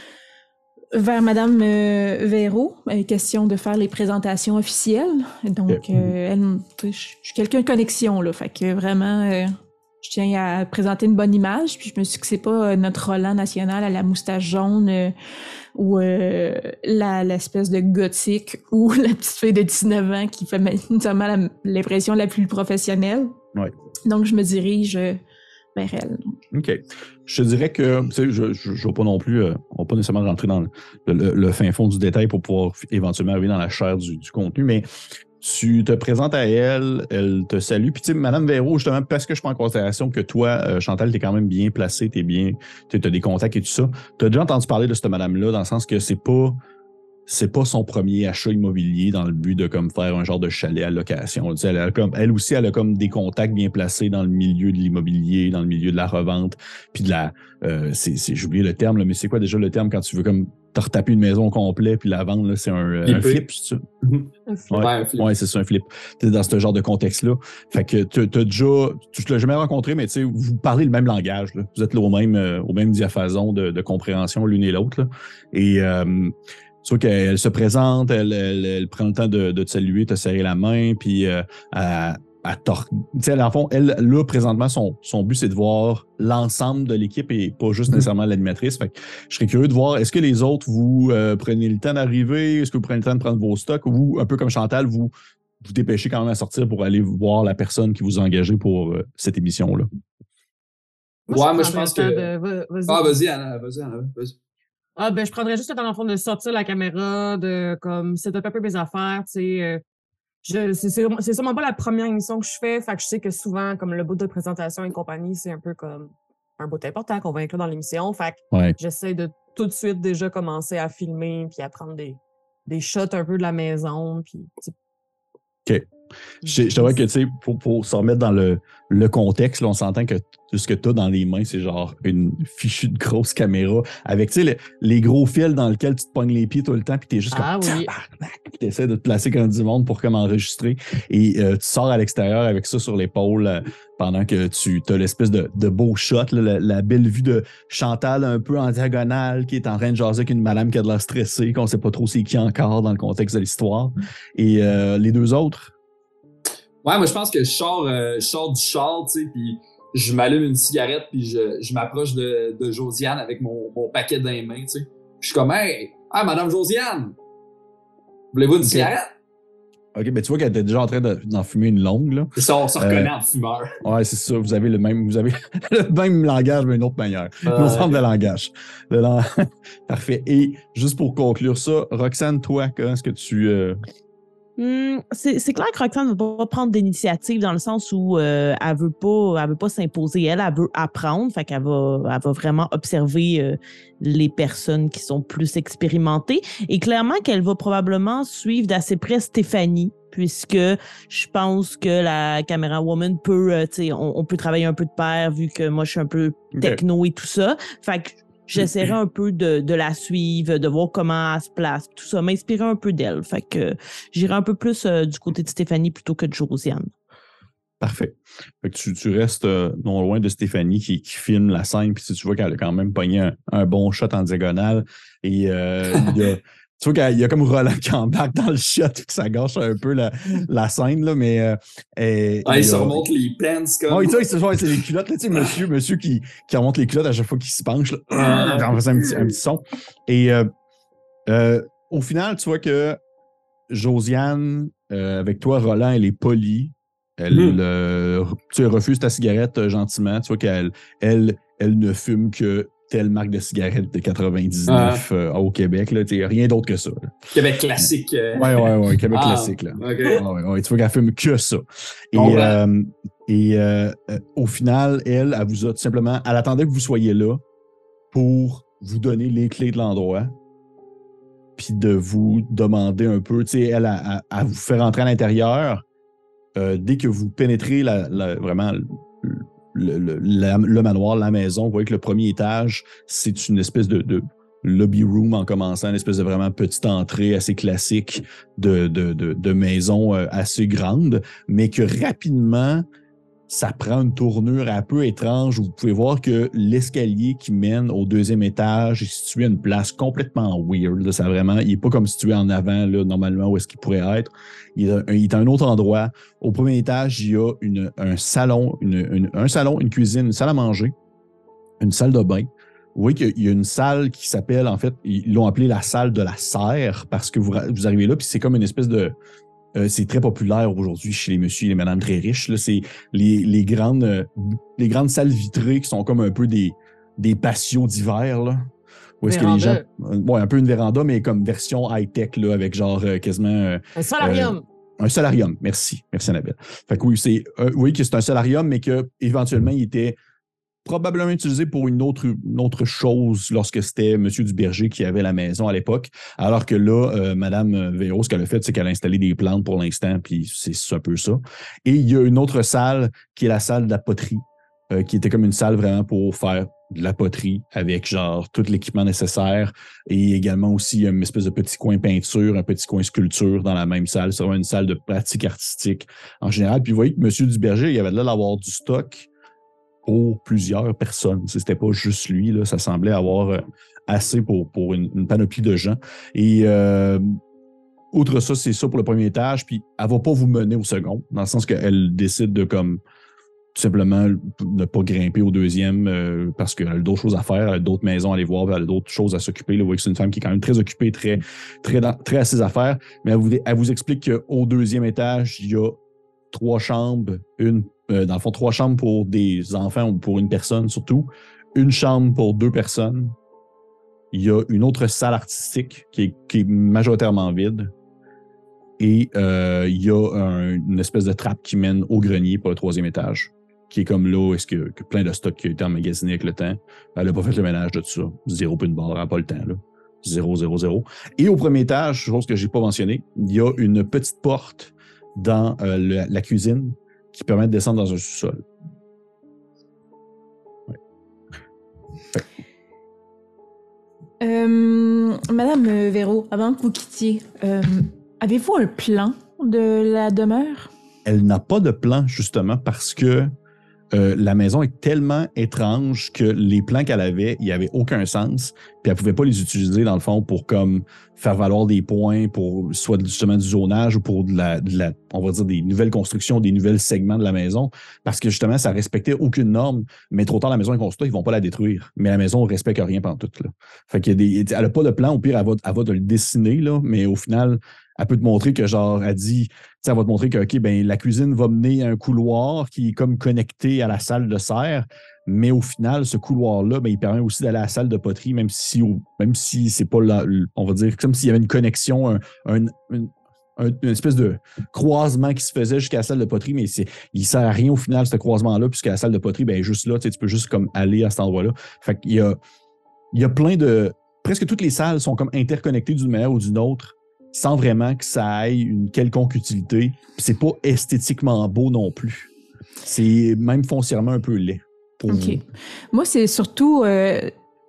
[SPEAKER 3] vers Madame euh, Véro. Il est question de faire les présentations officielles. Donc, euh, elle, je suis quelqu'un de connexion, là. Fait que vraiment. Euh, Je tiens à présenter une bonne image, puis je me suis dit que c'est pas euh, notre Roland national à la moustache jaune euh, ou euh, la, l'espèce de gothique ou la petite fille de dix-neuf ans qui fait nécessairement la, l'impression la plus professionnelle.
[SPEAKER 1] Ouais.
[SPEAKER 3] Donc, je me dirige euh, vers elle. Donc.
[SPEAKER 1] OK. Je te dirais que, tu sais, je ne vais pas non plus, euh, on va pas nécessairement rentrer dans le, le, le fin fond du détail pour pouvoir éventuellement arriver dans la chair du, du contenu, mais tu te présentes à elle, elle te salue. Puis tu sais, Mme Véro, justement, parce que je prends en considération que toi, euh, Chantal, t'es quand même bien placée, t'es bien, t'as des contacts et tout ça. T'as déjà entendu parler de cette madame-là, dans le sens que c'est pas, c'est pas son premier achat immobilier dans le but de comme faire un genre de chalet à location. Elle, elle, comme, elle aussi, elle a comme des contacts bien placés dans le milieu de l'immobilier, dans le milieu de la revente, puis de la, euh, c'est, c'est, j'ai oublié le terme, là, mais c'est quoi déjà le terme quand tu veux comme te retaper une maison au complet puis la vendre, là, c'est un, un flip, c'est ça?
[SPEAKER 2] Un flip.
[SPEAKER 1] Ouais,
[SPEAKER 4] Ouais, un flip.
[SPEAKER 1] ouais, c'est ça, un flip. T'es dans ce genre de contexte-là. Fait que t'as t'as déjà, tu ne l'as jamais rencontré, mais tu sais, vous parlez le même langage. Là. Vous êtes là au même, euh, au même diapason de, de compréhension l'une et l'autre. là. Et euh, tu vois qu'elle se présente, elle, elle, elle prend le temps de, de te saluer, te serrer la main, puis euh, elle, elle tor- tu sais, dans le fond, elle, là, présentement, son, son but, c'est de voir l'ensemble de l'équipe et pas juste nécessairement l'animatrice. Fait que je serais curieux de voir, est-ce que les autres, vous euh, prenez le temps d'arriver? Est-ce que vous prenez le temps de prendre vos stocks? Ou, un peu comme Chantal, vous vous dépêchez quand même à sortir pour aller voir la personne qui vous a engagé pour euh, cette émission-là?
[SPEAKER 2] Moi,
[SPEAKER 4] Ouais, moi, je
[SPEAKER 2] prendrais
[SPEAKER 4] pense
[SPEAKER 2] le temps
[SPEAKER 4] que-
[SPEAKER 2] de- va- Vas-y.
[SPEAKER 4] Ah, vas-y, Anna, vas-y, Anna, vas-y.
[SPEAKER 2] Ah, ben, je prendrais juste le temps, dans le fond, de sortir la caméra, de, comme, setup un peu mes affaires, tu sais. euh, je- C'est c'est- c'est sûrement pas la première émission que je fais, fait que je sais que souvent, comme le bout de présentation et compagnie, c'est un peu comme un bout important qu'on va inclure dans l'émission. Fait que
[SPEAKER 1] Ouais.
[SPEAKER 2] j'essaie de tout de suite déjà commencer à filmer puis à prendre des, des shots un peu de la maison. Puis, tu sais.
[SPEAKER 1] OK. Je, je te vois que, tu sais, pour, pour se remettre dans le, le contexte, là, on s'entend que tout ce que tu as dans les mains, c'est genre une fichue de grosse caméra avec, tu sais, le- les gros fils dans lesquels tu te pognes les pieds tout le temps, puis t'es juste
[SPEAKER 2] Ah
[SPEAKER 1] comme
[SPEAKER 2] oui.
[SPEAKER 1] tabarnak, puis t'essaies de te placer comme du monde pour comme enregistrer. Et euh, tu sors à l'extérieur avec ça sur l'épaule euh, pendant que tu as l'espèce de, de beau shot, là, la, la belle vue de Chantal un peu en diagonale qui est en train de jaser avec une madame qui a de l'air stressée, qu'on sait pas trop c'est qui encore dans le contexte de l'histoire. Et euh, les deux autres.
[SPEAKER 4] Ouais, moi, je pense que je sors, euh, je sors du char, tu sais, puis je m'allume une cigarette, puis je, je m'approche de, de Josiane avec mon, mon paquet dans les mains, tu sais. Je suis comme, hey, ah, Madame Josiane, voulez-vous une
[SPEAKER 1] Ok.
[SPEAKER 4] cigarette?
[SPEAKER 1] OK, ben tu vois qu'elle était déjà en train de- d'en fumer une longue, là.
[SPEAKER 4] C'est ça, on se
[SPEAKER 1] Euh,
[SPEAKER 4] reconnaît en fumeur.
[SPEAKER 1] Ouais, c'est ça. Vous avez le même, vous avez le même langage, mais une autre manière. Une autre
[SPEAKER 4] Ouais.
[SPEAKER 1] forme de langage. Le lang- Parfait. Et juste pour conclure ça, Roxane, toi, comment est-ce que tu. euh,
[SPEAKER 5] Hmm, c'est c'est clair que Roxane ne va pas prendre d'initiative dans le sens où euh, elle veut pas, elle veut pas s'imposer. Elle, elle veut apprendre, fait qu'elle va, elle va vraiment observer euh, les personnes qui sont plus expérimentées. Et clairement qu'elle va probablement suivre d'assez près Stéphanie, puisque je pense que la caméra woman peut, euh, tu sais, on, on peut travailler un peu de pair vu que moi je suis un peu
[SPEAKER 1] OK.
[SPEAKER 5] techno et tout ça. Fait que j'essaierai un peu de, de la suivre, de voir comment elle se place, tout ça, m'inspirer un peu d'elle. Fait que j'irai un peu plus euh, du côté de Stéphanie plutôt que de Josiane.
[SPEAKER 1] Parfait. Fait que tu, tu restes euh, non loin de Stéphanie qui, qui filme la scène, puis tu vois qu'elle a quand même pogné un, un bon shot en diagonale. Et euh, il y a. Tu vois qu'il y a comme Roland qui embarque dans le shot, puis que ça gâche un peu la, la scène, là, mais. Euh, et,
[SPEAKER 4] Ah,
[SPEAKER 1] il
[SPEAKER 4] il
[SPEAKER 1] y
[SPEAKER 4] se
[SPEAKER 1] a-
[SPEAKER 4] remonte les pants comme.
[SPEAKER 1] Oh, tu sais, c'est ouais, c'est les culottes, là, tu sais, monsieur, monsieur qui, qui remonte les culottes à chaque fois qu'il se penche, là, en faisant un petit, un petit son. Et euh, euh, au final, tu vois que Josiane, euh, avec toi, Roland, elle est polie. Elle,
[SPEAKER 4] Mm.
[SPEAKER 1] euh, tu sais, refuse ta cigarette euh, gentiment. Tu vois qu'elle elle, elle ne fume que telle marque de cigarette de quatre-vingt-dix-neuf euh, au Québec. Là, tu sais, rien d'autre que ça. là.
[SPEAKER 4] Québec classique. euh.
[SPEAKER 1] Ouais, ouais, ouais, Québec
[SPEAKER 4] Ah,
[SPEAKER 1] classique. Là.
[SPEAKER 4] OK.
[SPEAKER 1] Ouais, ouais, ouais, tu vois qu'elle fume que ça. Et,
[SPEAKER 4] Comprends.
[SPEAKER 1] euh, et euh, euh, au final, elle, elle vous a tout simplement. Elle attendait que vous soyez là pour vous donner les clés de l'endroit. Puis de vous demander un peu, tu sais, elle, à, à, à vous faire entrer à l'intérieur. Euh, dès que vous pénétrez la, la- vraiment le, le, la- le manoir, la maison, vous voyez que le premier étage, c'est une espèce de, de lobby room en commençant, une espèce de vraiment petite entrée assez classique de, de, de, de maison euh, assez grande, mais que rapidement, ça prend une tournure un peu étrange où vous pouvez voir que l'escalier qui mène au deuxième étage est situé à une place complètement weird. Là, ça vraiment, il n'est pas comme situé en avant, là, normalement, où est-ce qu'il pourrait être. Il est, il est à un autre endroit. Au premier étage, il y a une, un salon, une, une, un salon, une cuisine, une salle à manger, une salle de bain. Vous voyez qu'il y a une salle qui s'appelle, en fait, ils l'ont appelée la salle de la serre parce que vous, vous arrivez là, puis c'est comme une espèce de... Euh, c'est très populaire aujourd'hui chez les messieurs et les madames très riches. Là. C'est les, les, grandes, euh, les grandes salles vitrées qui sont comme un peu des, des patios d'hiver. Là, où est-ce que les gens. Euh, ouais, un peu une véranda, mais comme version high-tech, là, avec genre euh, quasiment. Euh,
[SPEAKER 2] Un solarium.
[SPEAKER 1] euh, un solarium, merci. Merci, Annabelle. Fait que oui, c'est, euh, oui, que c'est un solarium, mais qu'éventuellement, il était probablement utilisé pour une autre, une autre chose lorsque c'était M. Duberger qui avait la maison à l'époque. Alors que là, euh, Mme Véro, ce qu'elle a fait, c'est qu'elle a installé des plantes pour l'instant, puis c'est, c'est un peu ça. Et il y a une autre salle qui est la salle de la poterie, euh, qui était comme une salle vraiment pour faire de la poterie avec genre tout l'équipement nécessaire et également aussi une espèce de petit coin peinture, un petit coin sculpture dans la même salle. C'est vraiment une salle de pratique artistique en général. Puis vous voyez que M. Duberger, il avait l'air d'avoir du stock pour plusieurs personnes. C'était pas juste lui, là. Ça semblait avoir assez pour, pour une, une panoplie de gens. Et euh, outre ça, c'est ça pour le premier étage. Puis elle va pas vous mener au second, dans le sens qu'elle décide de comme tout simplement ne pas grimper au deuxième euh, parce qu'elle a d'autres choses à faire, elle a d'autres maisons à aller voir, elle a d'autres choses à s'occuper. Là, vous voyez que c'est une femme qui est quand même très occupée, très, très, dans, très à ses affaires. Mais elle vous, elle vous explique qu'au deuxième étage, il y a trois chambres, une, euh, dans le fond, trois chambres pour des enfants ou pour une personne surtout, une chambre pour deux personnes. Il y a une autre salle artistique qui est, qui est majoritairement vide. Et euh, il y a un, une espèce de trappe qui mène au grenier pour le troisième étage, qui est comme là, est-ce que, que plein de stocks qui a été emmagasiné avec le temps. Elle n'a pas fait le ménage de tout ça. Zéro pin bar, elle n'a pas le temps, là. Zéro, zéro, zéro. Et au premier étage, chose que je n'ai pas mentionné, il y a une petite porte dans euh, le, la cuisine qui permet de descendre dans un sous-sol. Ouais. Ouais.
[SPEAKER 3] Euh, Madame Véro, avant que vous quittiez, euh, avez-vous un plan de la demeure?
[SPEAKER 1] Elle n'a pas de plan, justement, parce que euh, la maison est tellement étrange que les plans qu'elle avait, il n'y avait aucun sens. Puis elle ne pouvait pas les utiliser, dans le fond, pour comme faire valoir des points pour soit justement du zonage ou pour de la, de la, on va dire, des nouvelles constructions, des nouvelles segments de la maison. Parce que justement, ça ne respectait aucune norme. Mais trop tard, la maison est construite, ils ne vont pas la détruire. Mais la maison ne respecte rien pendant tout. Là. Fait qu'il y a des, elle n'a pas de plan. Au pire, elle va, elle va te le dessiner, là, mais au final, elle peut te montrer que, genre, elle dit, tu sais, elle va te montrer que, OK, ben, la cuisine va mener à un couloir qui est comme connecté à la salle de serre, mais au final, ce couloir-là, ben, il permet aussi d'aller à la salle de poterie, même si, même si c'est pas là, on va dire, comme s'il y avait une connexion, un, un, une, un, une espèce de croisement qui se faisait jusqu'à la salle de poterie, mais c'est, il sert à rien au final, ce croisement-là, puisque la salle de poterie, ben, juste là, tu sais, tu peux juste comme aller à cet endroit-là. Fait qu'il y a, il y a plein de, presque toutes les salles sont comme interconnectées d'une manière ou d'une autre, sans vraiment que ça ait une quelconque utilité. Puis c'est pas esthétiquement beau non plus. C'est même foncièrement un peu laid. Pour
[SPEAKER 3] OK. Vous. Moi, c'est surtout euh,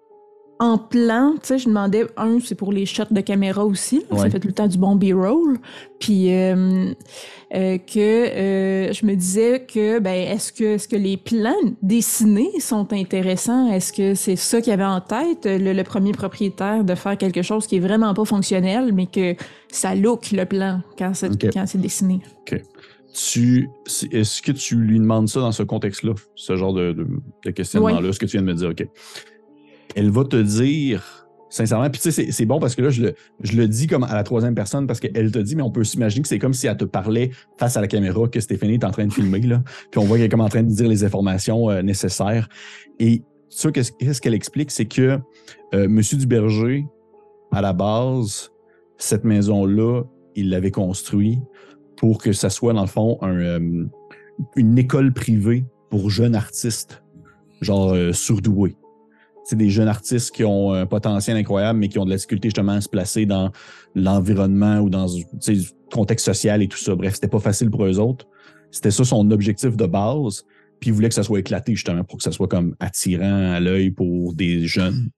[SPEAKER 3] en plan, tu sais, je demandais, un, c'est pour les shots de caméra aussi. Ouais. Ça fait tout le temps du bon B-roll. Puis euh, euh, que euh, je me disais que, ben, est-ce que, est-ce que les plans dessinés sont intéressants? Est-ce que c'est ça qu'il avait en tête, le, le premier propriétaire, de faire quelque chose qui est vraiment pas fonctionnel, mais que ça look le plan quand c'est, okay. quand c'est dessiné?
[SPEAKER 1] OK. Tu, est-ce que tu lui demandes ça dans ce contexte-là, ce genre de, de, de questionnement-là, ouais. Ce que tu viens de me dire? OK. Elle va te dire, sincèrement, puis tu sais, c'est, c'est bon parce que là, je le, je le dis comme à la troisième personne parce qu'elle te dit, mais on peut s'imaginer que c'est comme si elle te parlait face à la caméra, que Stéphanie est en train de filmer, là, puis on voit qu'elle est comme en train de dire les informations euh, nécessaires. Et ça, qu'est-ce, qu'est-ce qu'elle explique, c'est que euh, M. Duberger, à la base, cette maison-là, il l'avait construite pour que ça soit, dans le fond, un, euh, une école privée pour jeunes artistes, genre euh, surdoués. C'est des jeunes artistes qui ont un potentiel incroyable, mais qui ont de la difficulté justement à se placer dans l'environnement ou dans le contexte social et tout ça. Bref, c'était pas facile pour eux autres. C'était ça son objectif de base. Puis il voulait que ça soit éclaté justement pour que ça soit comme attirant à l'œil pour des jeunes.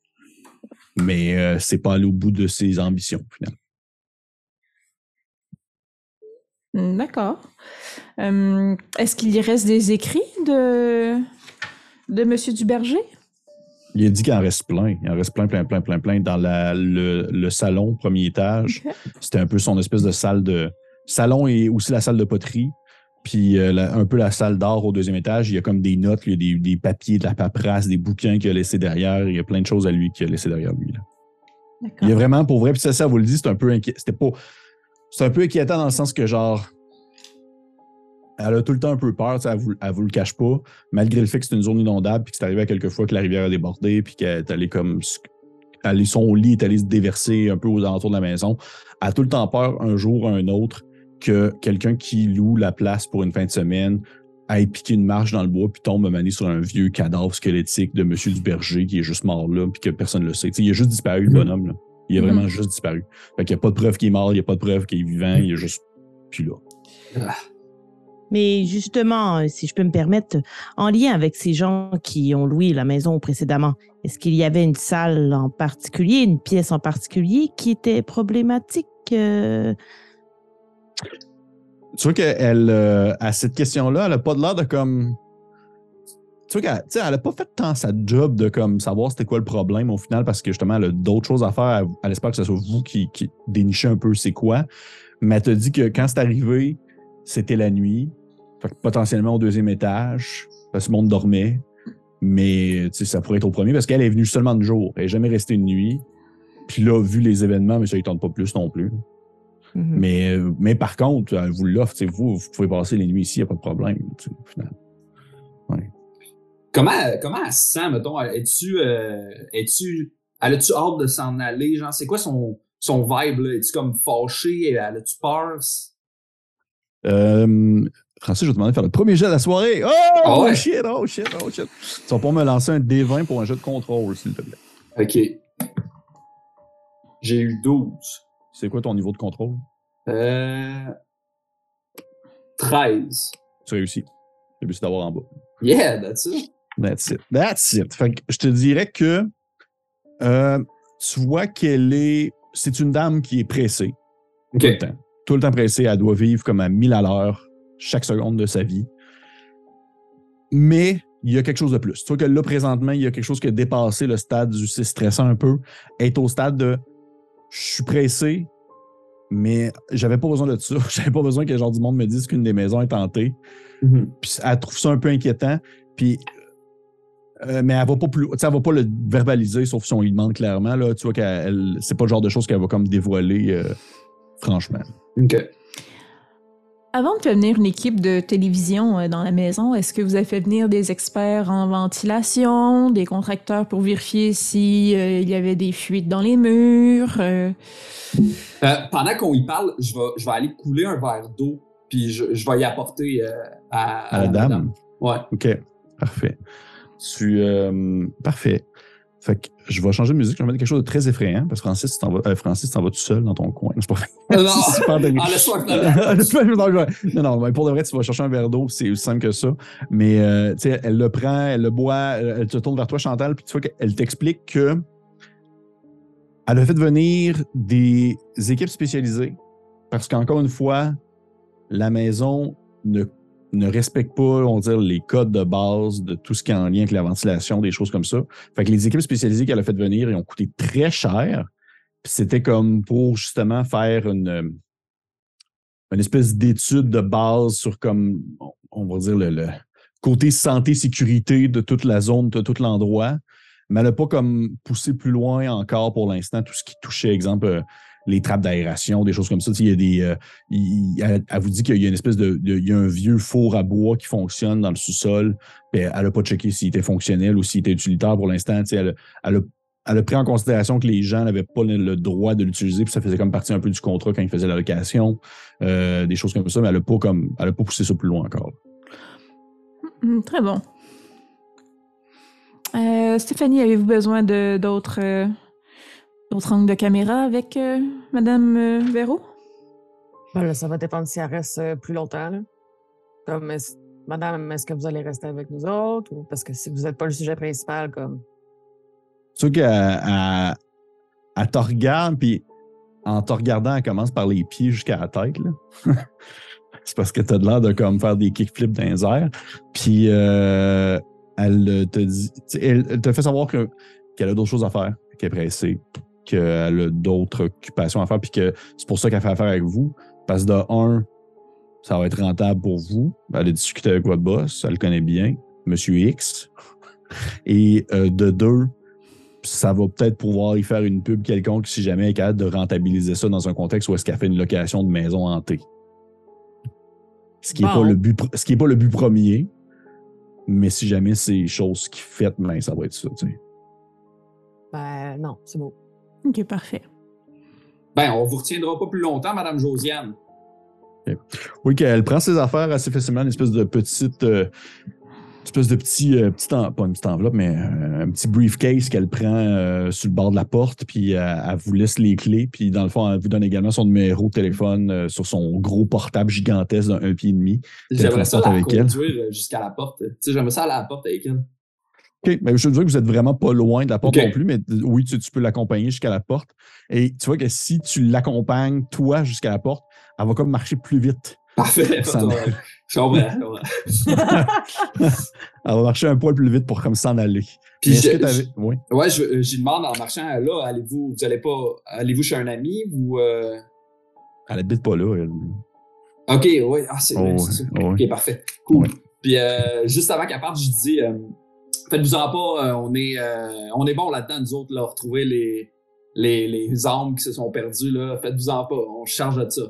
[SPEAKER 1] Mais euh, c'est pas allé au bout de ses ambitions, finalement.
[SPEAKER 3] D'accord. Euh, est-ce qu'il y reste des écrits de, de M. Duberger?
[SPEAKER 1] Il a dit qu'il en reste plein. Il en reste plein, plein, plein, plein, plein. Dans la, le, le salon, premier étage, okay. C'était un peu son espèce de salle de... Salon et aussi la salle de poterie. Puis euh, la, un peu la salle d'art au deuxième étage. Il y a comme des notes, il y a des, des papiers, de la paperasse, des bouquins qu'il a laissés derrière. Il y a plein de choses à lui qu'il a laissées derrière lui. Là. D'accord. Il y a vraiment, pour vrai, puis ça, ça vous le dit, c'est un peu inquiétant. C'était pas... C'est un peu inquiétant dans le sens que, genre, elle a tout le temps un peu peur, elle vous, elle vous le cache pas, malgré le fait que c'est une zone inondable puis que c'est arrivé à quelques fois que la rivière a débordé puis qu'elle est allée comme... Elle, son lit est allé se déverser un peu aux alentours de la maison. Elle a tout le temps peur, un jour ou un autre, que quelqu'un qui loue la place pour une fin de semaine aille piquer une marche dans le bois puis tombe mané sur un vieux cadavre squelettique de M. Duberger qui est juste mort là puis que personne ne le sait. T'sais, il a juste disparu, le bonhomme, là. Il a vraiment mm-hmm. juste disparu. Fait qu'il n'y a pas de preuve qu'il est mort, il n'y a pas de preuve qu'il est vivant, il est juste plus là.
[SPEAKER 5] Mais justement, si je peux me permettre, en lien avec ces gens qui ont loué la maison précédemment, est-ce qu'il y avait une salle en particulier, une pièce en particulier qui était problématique? Euh...
[SPEAKER 1] Tu vois qu'elle, euh, à cette question-là, elle n'a pas de l'air de comme... Tu vois qu'elle elle n'a pas fait tant sa job de comme savoir c'était quoi le problème au final parce que justement, elle a d'autres choses à faire. Elle, elle espère que ce soit vous qui, qui dénichez un peu c'est quoi. Mais elle te dit que quand c'est arrivé, c'était la nuit. Fait que potentiellement au deuxième étage, parce que le monde dormait. Mais ça pourrait être au premier parce qu'elle est venue seulement de jour. Elle n'est jamais restée une nuit. Puis là, vu les événements, mais ça ne tente pas plus non plus. Mm-hmm. Mais, mais par contre, elle vous l'offre. Vous, vous pouvez passer les nuits ici, il n'y a pas de problème. Au final. Ouais.
[SPEAKER 4] Comment, comment elle se sent, mettons? Es-tu, euh, es-tu, elle a-tu hâte de s'en aller? Genre, c'est quoi son, son vibe? Là? Es-tu comme fâchée? Elle a-tu peur?
[SPEAKER 1] Euh, Francis, je vais te demander de faire le premier jet de la soirée. Oh, oh ouais. shit, oh shit, oh shit. Tu vas pas me lancer un D vingt pour un jeu de contrôle, s'il te plaît.
[SPEAKER 4] OK. J'ai eu douze.
[SPEAKER 1] C'est quoi ton niveau de contrôle?
[SPEAKER 4] Euh... treize.
[SPEAKER 1] Tu réussis. Le but, c'est d'avoir en bas.
[SPEAKER 4] Yeah, that's it.
[SPEAKER 1] That's it. That's it. Fait que je te dirais que euh, tu vois qu'elle est... C'est une dame qui est pressée.
[SPEAKER 4] OK.
[SPEAKER 1] Tout le temps. Tout le temps pressée. Elle doit vivre comme à mille à l'heure chaque seconde de sa vie. Mais il y a quelque chose de plus. Tu vois que là, présentement, il y a quelque chose qui a dépassé le stade du c'est stressant un peu. Elle est au stade de je suis pressé, mais j'avais pas besoin de ça. J'avais pas besoin que genre du monde me dise qu'une des maisons est tentée. Mm-hmm. Puis elle trouve ça un peu inquiétant. Puis, euh, mais elle va pas plus, elle va pas le verbaliser, sauf si on lui demande clairement. Là, tu vois qu'elle, c'est pas le genre de choses qu'elle va comme dévoiler, euh, franchement.
[SPEAKER 4] OK.
[SPEAKER 3] Avant de faire venir une équipe de télévision dans la maison, est-ce que vous avez fait venir des experts en ventilation, des contracteurs pour vérifier s'il euh, y avait des fuites dans les murs? Euh...
[SPEAKER 4] Euh, pendant qu'on y parle, je vais, je vais aller couler un verre d'eau, puis je, je vais y apporter euh, à,
[SPEAKER 1] à, à la dame. dame.
[SPEAKER 4] Ouais.
[SPEAKER 1] OK, parfait. Tu, euh, parfait. Fait que je vais changer de musique, je vais mettre quelque chose de très effrayant, parce que Francis, tu t'en vas, euh, Francis, t'en vas tout seul dans ton coin. C'est pas
[SPEAKER 4] non, c'est super de... ah, laisse-moi
[SPEAKER 1] Non, non, mais pour de vrai, tu vas chercher un verre d'eau, c'est aussi simple que ça. Mais, euh, tu sais, elle le prend, elle le boit, elle se tourne vers toi, Chantal, puis tu vois qu'elle t'explique que elle a fait venir des équipes spécialisées, parce qu'encore une fois, la maison ne ne respectent pas, on va dire, les codes de base de tout ce qui est en lien avec la ventilation, des choses comme ça. Fait que les équipes spécialisées qu'elle a fait venir, ils ont coûté très cher. Puis c'était comme pour justement faire une, une espèce d'étude de base sur comme, on va dire, le, le côté santé-sécurité de toute la zone, de tout l'endroit. Mais elle n'a pas comme poussé plus loin encore pour l'instant tout ce qui touchait, exemple, les trappes d'aération, des choses comme ça. Il y a des, euh, il, elle, elle vous dit qu'il y a une espèce de, de... Il y a un vieux four à bois qui fonctionne dans le sous-sol. Puis elle n'a pas checké s'il était fonctionnel ou s'il était utilitaire pour l'instant. Elle, elle, a, elle a pris en considération que les gens n'avaient pas le, le droit de l'utiliser. Puis ça faisait comme partie un peu du contrat quand ils faisaient la location. Euh, des choses comme ça. Mais elle n'a pas, comme, elle a pas poussé ça plus loin encore.
[SPEAKER 3] Mmh, très bon. Euh, Stéphanie, avez-vous besoin de, d'autres... Euh... D'autres angles de caméra avec euh, Madame euh, Véro?
[SPEAKER 2] Ben là, ça va dépendre si elle reste euh, plus longtemps. Là. Comme, est-ce, Madame, est-ce que vous allez rester avec nous autres? Ou parce que si vous n'êtes pas le sujet principal, comme...
[SPEAKER 1] Tu sais qu'elle elle te regarde, puis en te regardant, elle commence par les pieds jusqu'à la tête. Là. C'est parce que tu as de l'air de comme, faire des kickflips dans les airs. Puis euh, elle te dit... Elle, elle te fait savoir que, qu'elle a d'autres choses à faire, qu'elle est pressée, qu'elle a d'autres occupations à faire, puis que c'est pour ça qu'elle fait affaire avec vous. Parce que de un, ça va être rentable pour vous. Elle a discuté avec votre boss, elle le connaît bien, Monsieur X. Et euh, de deux, ça va peut-être pouvoir y faire une pub quelconque si jamais elle est capable de rentabiliser ça dans un contexte où est-ce qu'elle fait une location de maison hantée. Ce qui n'est bon. pas le but, ce qui est pas le but premier, mais si jamais c'est chose qui fait, ben, ça va être ça, tu sais.
[SPEAKER 2] Ben non, c'est beau.
[SPEAKER 3] OK, parfait.
[SPEAKER 4] Ben, on vous retiendra pas plus longtemps, Madame Josiane.
[SPEAKER 1] Okay. Oui, qu'elle prend ses affaires assez facilement, une espèce de petite... Euh, espèce de petit, euh, petit en, pas une petite enveloppe, mais euh, un petit briefcase qu'elle prend euh, sur le bord de la porte, puis euh, elle vous laisse les clés, puis dans le fond, elle vous donne également son numéro de téléphone euh, sur son gros portable gigantesque d'un un pied et demi.
[SPEAKER 4] J'aimerais ça la conduire jusqu'à la porte. Tu sais, j'aimerais ça aller à la porte avec elle.
[SPEAKER 1] OK, mais je veux dire que vous êtes vraiment pas loin de la porte
[SPEAKER 4] okay.
[SPEAKER 1] non plus, mais oui, tu, tu peux l'accompagner jusqu'à la porte. Et tu vois que si tu l'accompagnes, toi, jusqu'à la porte, elle va comme marcher plus vite.
[SPEAKER 4] Parfait, je comprends.
[SPEAKER 1] Elle va marcher un poil plus vite pour comme s'en aller.
[SPEAKER 4] Puis je,
[SPEAKER 1] je, oui.
[SPEAKER 4] Ouais, je, je demande en marchant là, allez-vous, vous allez pas, allez-vous chez un ami ou euh...
[SPEAKER 1] Elle habite pas là, elle.
[SPEAKER 4] OK, oui, ah, c'est, oh, c'est ça. Oh, OK, parfait. Cool. Ouais. Puis euh, juste avant qu'elle parte, je dis euh, faites-vous-en pas, euh, on est euh, on est bon là-dedans, nous autres, là, retrouver les, les, les âmes qui se sont perdues, là. Faites-vous-en pas, on se charge de ça.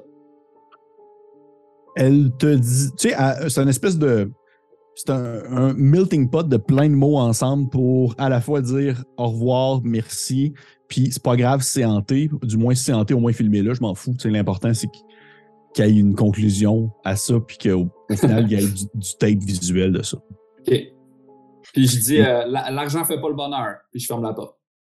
[SPEAKER 1] Elle te dit, tu sais, c'est une espèce de, c'est un, un melting pot de plein de mots ensemble pour à la fois dire au revoir, merci, puis c'est pas grave si c'est hanté, du moins si c'est hanté, au moins filmez-le, je m'en fous, tu sais, l'important c'est qu'il y ait une conclusion à ça, puis qu'au au final, il y ait du, du tape visuel de ça.
[SPEAKER 4] OK. Puis je dis, euh, l'argent fait pas le bonheur, puis je ferme la porte.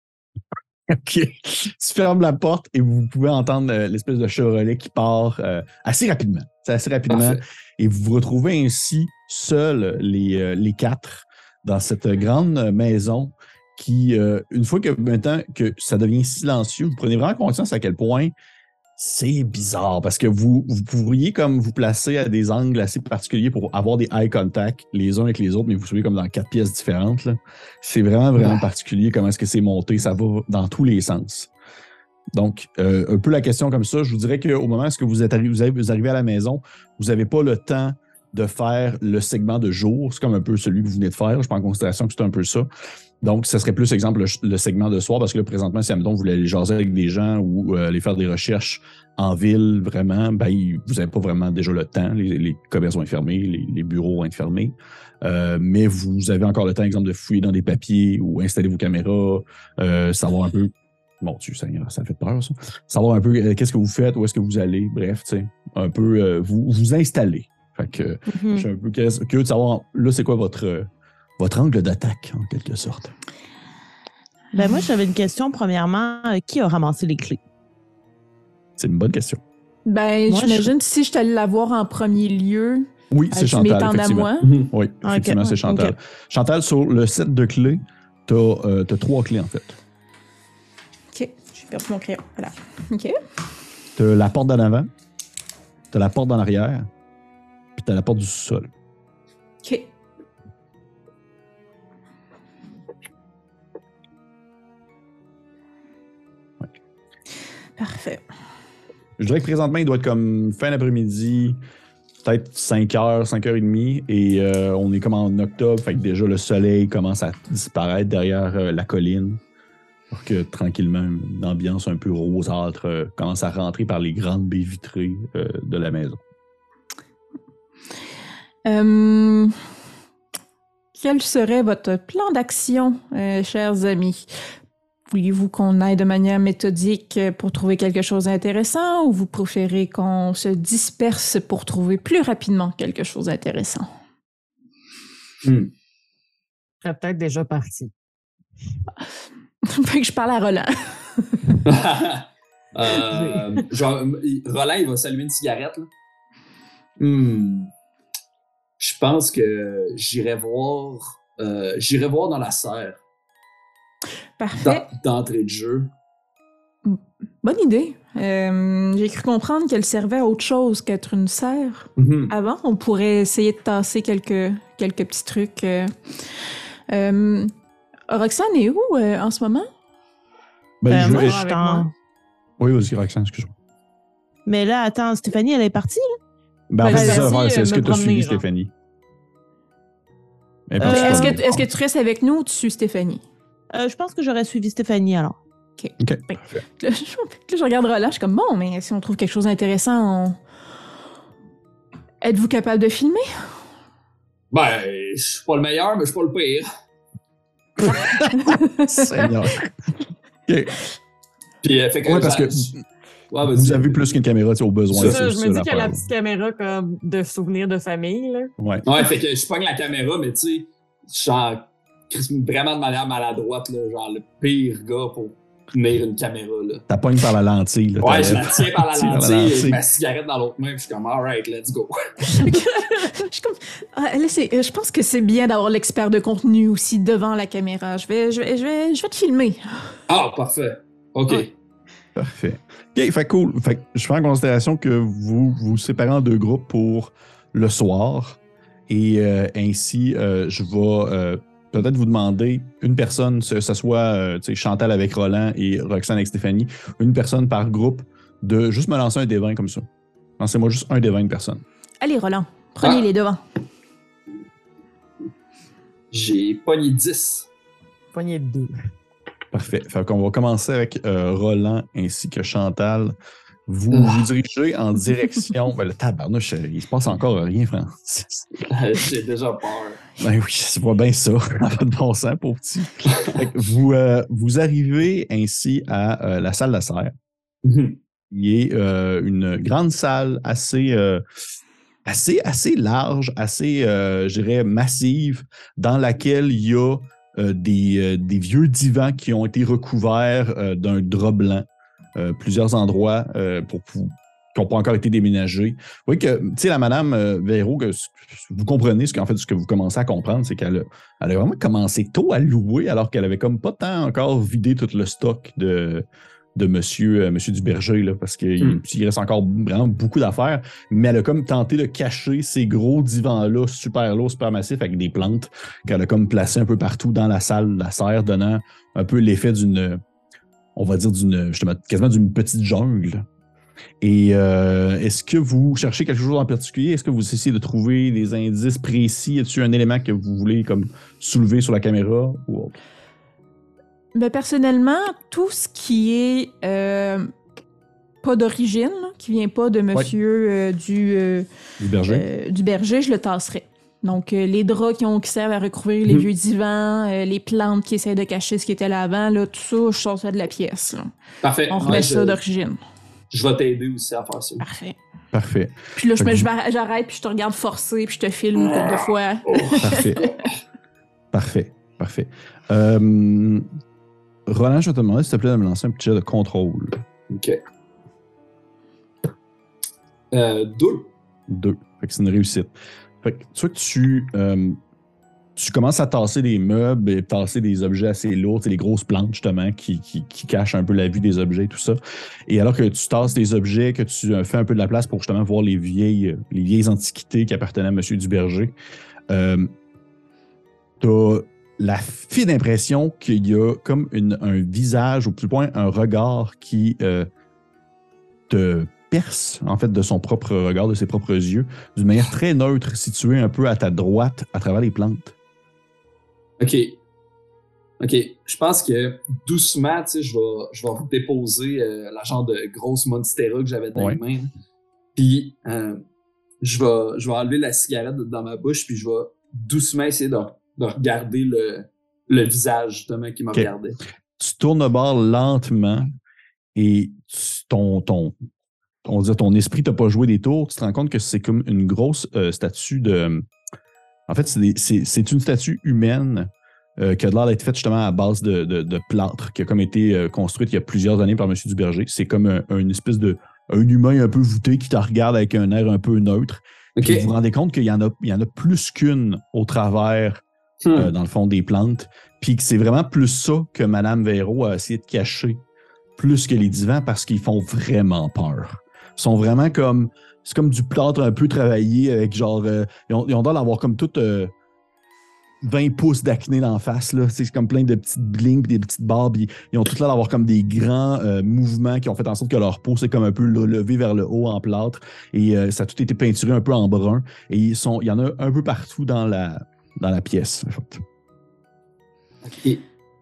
[SPEAKER 1] OK. Tu fermes la porte et vous pouvez entendre euh, l'espèce de Chevrolet qui part euh, assez rapidement. C'est assez rapidement. Parfait. Et vous vous retrouvez ainsi seuls, les, euh, les quatre, dans cette grande maison qui, euh, une fois que maintenant que ça devient silencieux, vous prenez vraiment conscience à quel point c'est bizarre parce que vous, vous pourriez comme vous placer à des angles assez particuliers pour avoir des eye contact les uns avec les autres, mais vous soyez comme dans quatre pièces différentes. Là. C'est vraiment, vraiment ouais. particulier comment est-ce que c'est monté. Ça va dans tous les sens. Donc, euh, un peu la question comme ça, je vous dirais qu'au moment où vous, êtes arri- vous, avez, vous arrivez à la maison, vous n'avez pas le temps de faire le segment de jour. C'est comme un peu celui que vous venez de faire. Je prends en considération que c'est un peu ça. Donc, ça serait plus, exemple, le, le segment de soir, parce que là, présentement, si, admettons, vous voulez aller jaser avec des gens ou euh, aller faire des recherches en ville, vraiment, ben, vous n'avez pas vraiment déjà le temps. Les, les commerces vont être fermés, les, les bureaux vont être fermés. Euh, mais vous avez encore le temps, exemple, de fouiller dans des papiers ou installer vos caméras, euh, savoir un peu... Bon, tu sais, ça fait peur, ça. Savoir un peu euh, qu'est-ce que vous faites, où est-ce que vous allez, bref, tu sais, un peu euh, vous, vous installer. Fait que mm-hmm. je suis un peu curieux de savoir, là, c'est quoi votre... Euh, votre angle d'attaque, en quelque sorte.
[SPEAKER 5] Ben moi, j'avais une question. Premièrement, qui a ramassé les clés?
[SPEAKER 1] C'est une bonne question.
[SPEAKER 3] Ben, moi, j'imagine je... si je t'allais la voir en premier lieu,
[SPEAKER 1] oui, c'est Chantal, effectivement.
[SPEAKER 3] À moi.
[SPEAKER 1] Mm-hmm. Oui, effectivement, okay. c'est Chantal. Okay. Chantal, sur le set de clés, t'as euh, t'as trois clés, en fait.
[SPEAKER 3] OK. J'ai perdu mon crayon. Voilà. OK.
[SPEAKER 1] T'as la porte d'en avant, t'as la porte d'en arrière, puis t'as la porte du sous-sol.
[SPEAKER 3] OK. Parfait.
[SPEAKER 1] Je dirais que présentement, il doit être comme fin d'après-midi, peut-être cinq heures, cinq heures trente, et euh, on est comme en octobre, fait que déjà le soleil commence à disparaître derrière euh, la colline, pour que tranquillement, une ambiance un peu rosâtre euh, commence à rentrer par les grandes baies vitrées euh, de la maison.
[SPEAKER 3] Euh, quel serait votre plan d'action, euh, chers amis? Voulez-vous qu'on aille de manière méthodique pour trouver quelque chose d'intéressant ou vous préférez qu'on se disperse pour trouver plus rapidement quelque chose d'intéressant?
[SPEAKER 2] Hmm. Je serais peut-être déjà parti.
[SPEAKER 3] Fait que je parle à Roland.
[SPEAKER 4] euh, genre, Roland, il va s'allumer une cigarette. Là. Hmm. Je pense que j'irai voir, euh, j'irai voir dans la serre.
[SPEAKER 3] Parfait.
[SPEAKER 4] D'entrée de jeu.
[SPEAKER 3] Bonne idée. Euh, j'ai cru comprendre qu'elle servait à autre chose qu'être une serre. Mm-hmm. Avant, on pourrait essayer de tasser quelques, quelques petits trucs. Euh, euh, Roxane est où euh, en ce moment?
[SPEAKER 1] Ben,
[SPEAKER 5] euh,
[SPEAKER 1] je
[SPEAKER 5] moi,
[SPEAKER 1] vais...
[SPEAKER 5] je t'en...
[SPEAKER 1] Oui, vas-y, Roxane, excuse-moi.
[SPEAKER 5] Mais là, attends, Stéphanie, elle est partie, là?
[SPEAKER 1] Ben, en
[SPEAKER 2] ben,
[SPEAKER 1] fait, c'est ça. Ouais, c'est est-ce que tu as suivi
[SPEAKER 2] genre.
[SPEAKER 1] Stéphanie?
[SPEAKER 3] Euh, est-ce, que, est-ce que tu restes avec nous ou tu suis Stéphanie?
[SPEAKER 5] Euh, je pense que j'aurais suivi Stéphanie, alors.
[SPEAKER 3] OK.
[SPEAKER 1] OK.
[SPEAKER 3] Là, je, là, je regarde Roland, je suis comme, bon, mais si on trouve quelque chose d'intéressant, on... êtes-vous capable de filmer?
[SPEAKER 4] Ben, je suis pas le meilleur, mais je suis pas le pire.
[SPEAKER 1] Seigneur. OK.
[SPEAKER 4] Puis, euh, fait que,
[SPEAKER 1] ouais, parce que...
[SPEAKER 4] Ouais,
[SPEAKER 1] vous avez plus qu'une caméra au besoin.
[SPEAKER 2] C'est ça, je me dis qu'il y a la petite caméra comme de souvenirs de famille. Là.
[SPEAKER 1] Ouais.
[SPEAKER 4] Ouais, fait que je pogne la caméra, mais tu sais, genre, vraiment de manière maladroite, là, genre le pire gars pour tenir une caméra. Là.
[SPEAKER 1] T'as pogné par la lentille. Là,
[SPEAKER 4] ouais, je la tiens par la lentille,
[SPEAKER 1] la
[SPEAKER 4] lentille. Ma cigarette dans l'autre main, puis je suis comme, alright, let's go.
[SPEAKER 3] je, suis comme, ah, là, c'est, je pense que c'est bien d'avoir l'expert de contenu aussi devant la caméra. Je vais, je vais, je vais, je vais te filmer.
[SPEAKER 4] Ah, parfait. OK.
[SPEAKER 3] Ouais.
[SPEAKER 1] Parfait. OK, fait cool. Fait je fais en considération que vous vous séparez en deux groupes pour le soir. Et euh, ainsi, euh, je vais euh, peut-être vous demander une personne, que ce soit euh, Chantal avec Roland et Roxane avec Stéphanie, une personne par groupe, de juste me lancer un dé vingt comme ça. Lancez-moi juste un dé vingt de personne.
[SPEAKER 3] Allez, Roland, prenez ah. les devants.
[SPEAKER 4] J'ai pogné dix.
[SPEAKER 2] Pogné deux.
[SPEAKER 1] Parfait. Fait qu'on va commencer avec euh, Roland ainsi que Chantal. Vous mmh. vous dirigez en direction... ben, le tabarnouche, il se passe encore rien, Francis.
[SPEAKER 4] J'ai déjà peur.
[SPEAKER 1] Ben oui, c'est pas bien ça. Pas de bon sens, pauvre petit. vous, euh, vous arrivez ainsi à euh, la salle de serre. Mmh. Il est euh, une grande salle assez... Euh, assez, assez large, assez, euh, je dirais, massive, dans laquelle il y a Euh, des, euh, des vieux divans qui ont été recouverts euh, d'un drap blanc. Euh, plusieurs endroits euh, pour, pour, qui n'ont pas encore été déménagés. Vous voyez que, tu sais, la madame euh, Véro, que, vous comprenez ce qu'en fait, ce que vous commencez à comprendre, c'est qu'elle a, elle a vraiment commencé tôt à louer, alors qu'elle avait comme pas tant encore vidé tout le stock de, de monsieur, euh, monsieur Duberger, là, parce qu'il mm. il reste encore vraiment beaucoup d'affaires, mais elle a comme tenté de cacher ces gros divans-là, super lourds, super massifs, avec des plantes, qu'elle a comme placé un peu partout dans la salle, la serre, donnant un peu l'effet d'une, on va dire, d'une, justement, quasiment d'une petite jungle. Et euh, est-ce que vous cherchez quelque chose en particulier? Est-ce que vous essayez de trouver des indices précis? Y a-t-il un élément que vous voulez comme soulever sur la caméra ou autre?
[SPEAKER 3] Ben, personnellement, tout ce qui est euh, pas d'origine, là, qui vient pas de monsieur ouais. euh, du, euh,
[SPEAKER 1] du, berger.
[SPEAKER 3] Euh, du berger, je le tasserais. Donc, euh, les draps qui, ont, qui servent à recouvrir les mmh. vieux divans, euh, les plantes qui essaient de cacher ce qui était là avant, là, tout ça, je sors ça de la pièce. Là.
[SPEAKER 4] Parfait.
[SPEAKER 3] On remet
[SPEAKER 4] ouais,
[SPEAKER 3] ça
[SPEAKER 4] je,
[SPEAKER 3] d'origine.
[SPEAKER 4] Je vais t'aider aussi à faire ça.
[SPEAKER 3] Parfait.
[SPEAKER 1] Parfait.
[SPEAKER 3] Puis là, je me, je j'arrête, puis je te regarde forcer, puis je te filme une couple de fois.
[SPEAKER 1] Parfait. Parfait. Parfait. Euh... Roland, je vais te demander, s'il te plaît, de me lancer un petit jet de contrôle.
[SPEAKER 4] OK. Euh, deux.
[SPEAKER 1] Deux. Fait que c'est une réussite. Fait que tu vois que tu, euh, tu commences à tasser des meubles et tasser des objets assez lourds, les grosses plantes, justement, qui, qui, qui cachent un peu la vue des objets et tout ça. Et alors que tu tasses des objets, que tu fais un peu de la place pour justement voir les vieilles, les vieilles antiquités qui appartenaient à M. Duberger, euh, t'as la fine impression qu'il y a comme une, un visage, ou plus loin, un regard qui euh, te perce, en fait, de son propre regard, de ses propres yeux, d'une manière très neutre, située un peu à ta droite, à travers les plantes.
[SPEAKER 4] OK. OK. Je pense que doucement, tu sais, je vais, je vais vous déposer euh, la genre de grosse monstera que j'avais dans ouais. les mains. Puis, euh, je, vais, je vais enlever la cigarette dans ma bouche, puis je vais doucement essayer de de regarder le, le visage, justement, qui m'a okay. regardé.
[SPEAKER 1] Tu tournes le bord lentement et tu, ton, ton, on va dire, ton esprit t'a pas joué des tours. Tu te rends compte que c'est comme une grosse euh, statue de... En fait, c'est, des, c'est, c'est une statue humaine euh, qui a l'air d'être faite justement à base de, de, de plâtre, qui a comme été euh, construite il y a plusieurs années par M. Duberger. C'est comme un, une espèce de... un humain un peu voûté qui te regarde avec un air un peu neutre. Okay. Puis vous vous rendez compte qu'il y en a, il y en a plus qu'une au travers Hmm. Euh, dans le fond des plantes, puis que c'est vraiment plus ça que Mme Véro a essayé de cacher, plus que les divans, parce qu'ils font vraiment peur. Ils sont vraiment comme, c'est comme du plâtre un peu travaillé, avec genre, euh, ils ont, ils ont l'air d'avoir comme tout euh, vingt pouces d'acné d'en face, là. C'est comme plein de petites blings, des petites barbes, ils, ils ont tout l'air d'avoir comme des grands euh, mouvements qui ont fait en sorte que leur peau s'est comme un peu levée vers le haut en plâtre, et euh, ça a tout été peinturé un peu en brun, et ils sont, il y en a un peu partout dans la dans la pièce, en fait.
[SPEAKER 4] OK.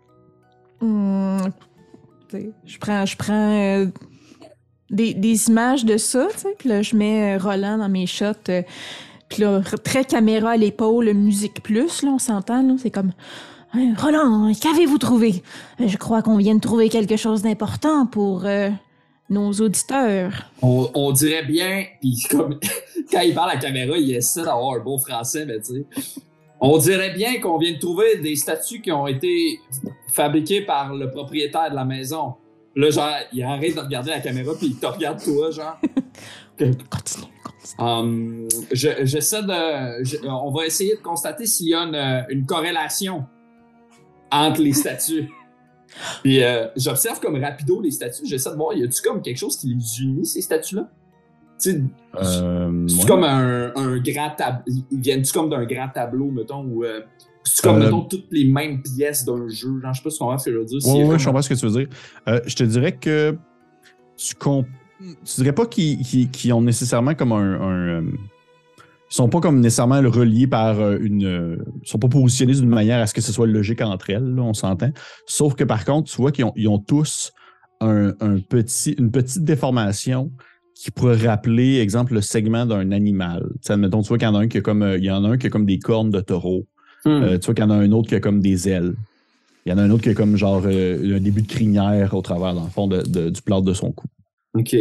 [SPEAKER 3] Mmh, je prends, je prends euh, des, des images de ça, tu sais, puis là, je mets Roland dans mes shots, euh, puis là, très caméra à l'épaule, musique plus, là, on s'entend, là, c'est comme... Hein, Roland, qu'avez-vous trouvé? Je crois qu'on vient de trouver quelque chose d'important pour euh, nos auditeurs.
[SPEAKER 4] On, on dirait bien, puis comme quand il parle à la caméra, il essaie d'avoir un bon français, mais tu sais. On dirait bien qu'on vient de trouver des statues qui ont été fabriquées par le propriétaire de la maison. Là, genre, il arrête de regarder la caméra, puis il te regarde toi, genre.
[SPEAKER 3] Continue, continue.
[SPEAKER 4] Um, je, j'essaie de. Je, on va essayer de constater s'il y a une, une corrélation entre les statues. Puis euh, j'observe comme rapido les statues. J'essaie de voir, y a-tu comme quelque chose qui les unit, ces statues-là? Tu sais,
[SPEAKER 1] Euh,
[SPEAKER 4] c'est
[SPEAKER 1] ouais.
[SPEAKER 4] comme un, un grand tableau. Ils viennent-tu comme d'un grand tableau, mettons, ou euh, c'est comme,
[SPEAKER 1] Euh,
[SPEAKER 4] mettons, toutes les mêmes pièces d'un jeu? Genre, je sais pas si tu comprends ce que je veux dire.
[SPEAKER 1] Oui,
[SPEAKER 4] S'il y a
[SPEAKER 1] ouais,
[SPEAKER 4] comme-
[SPEAKER 1] je comprends ce que tu veux dire. Euh, je te dirais que tu, comp... tu dirais pas qu'ils, qu'ils, qu'ils ont nécessairement comme un. un euh, ils sont pas comme nécessairement reliés par euh, une. euh, Ils sont pas positionnés d'une manière à ce que ce soit logique entre elles, là, on s'entend. Sauf que par contre, tu vois qu'ils ont, ils ont tous un, un petit, une petite déformation qui pourrait rappeler, exemple, le segment d'un animal. Tu sais, admettons, tu vois qu'il y en a un qui a comme, euh, il y en a un qui a comme des cornes de taureau.
[SPEAKER 4] Hmm.
[SPEAKER 1] Euh, tu vois qu'il y en a un autre qui a comme des ailes. Il y en a un autre qui a comme genre euh, un début de crinière au travers, dans le fond, de, de- du plâtre de son cou.
[SPEAKER 4] OK.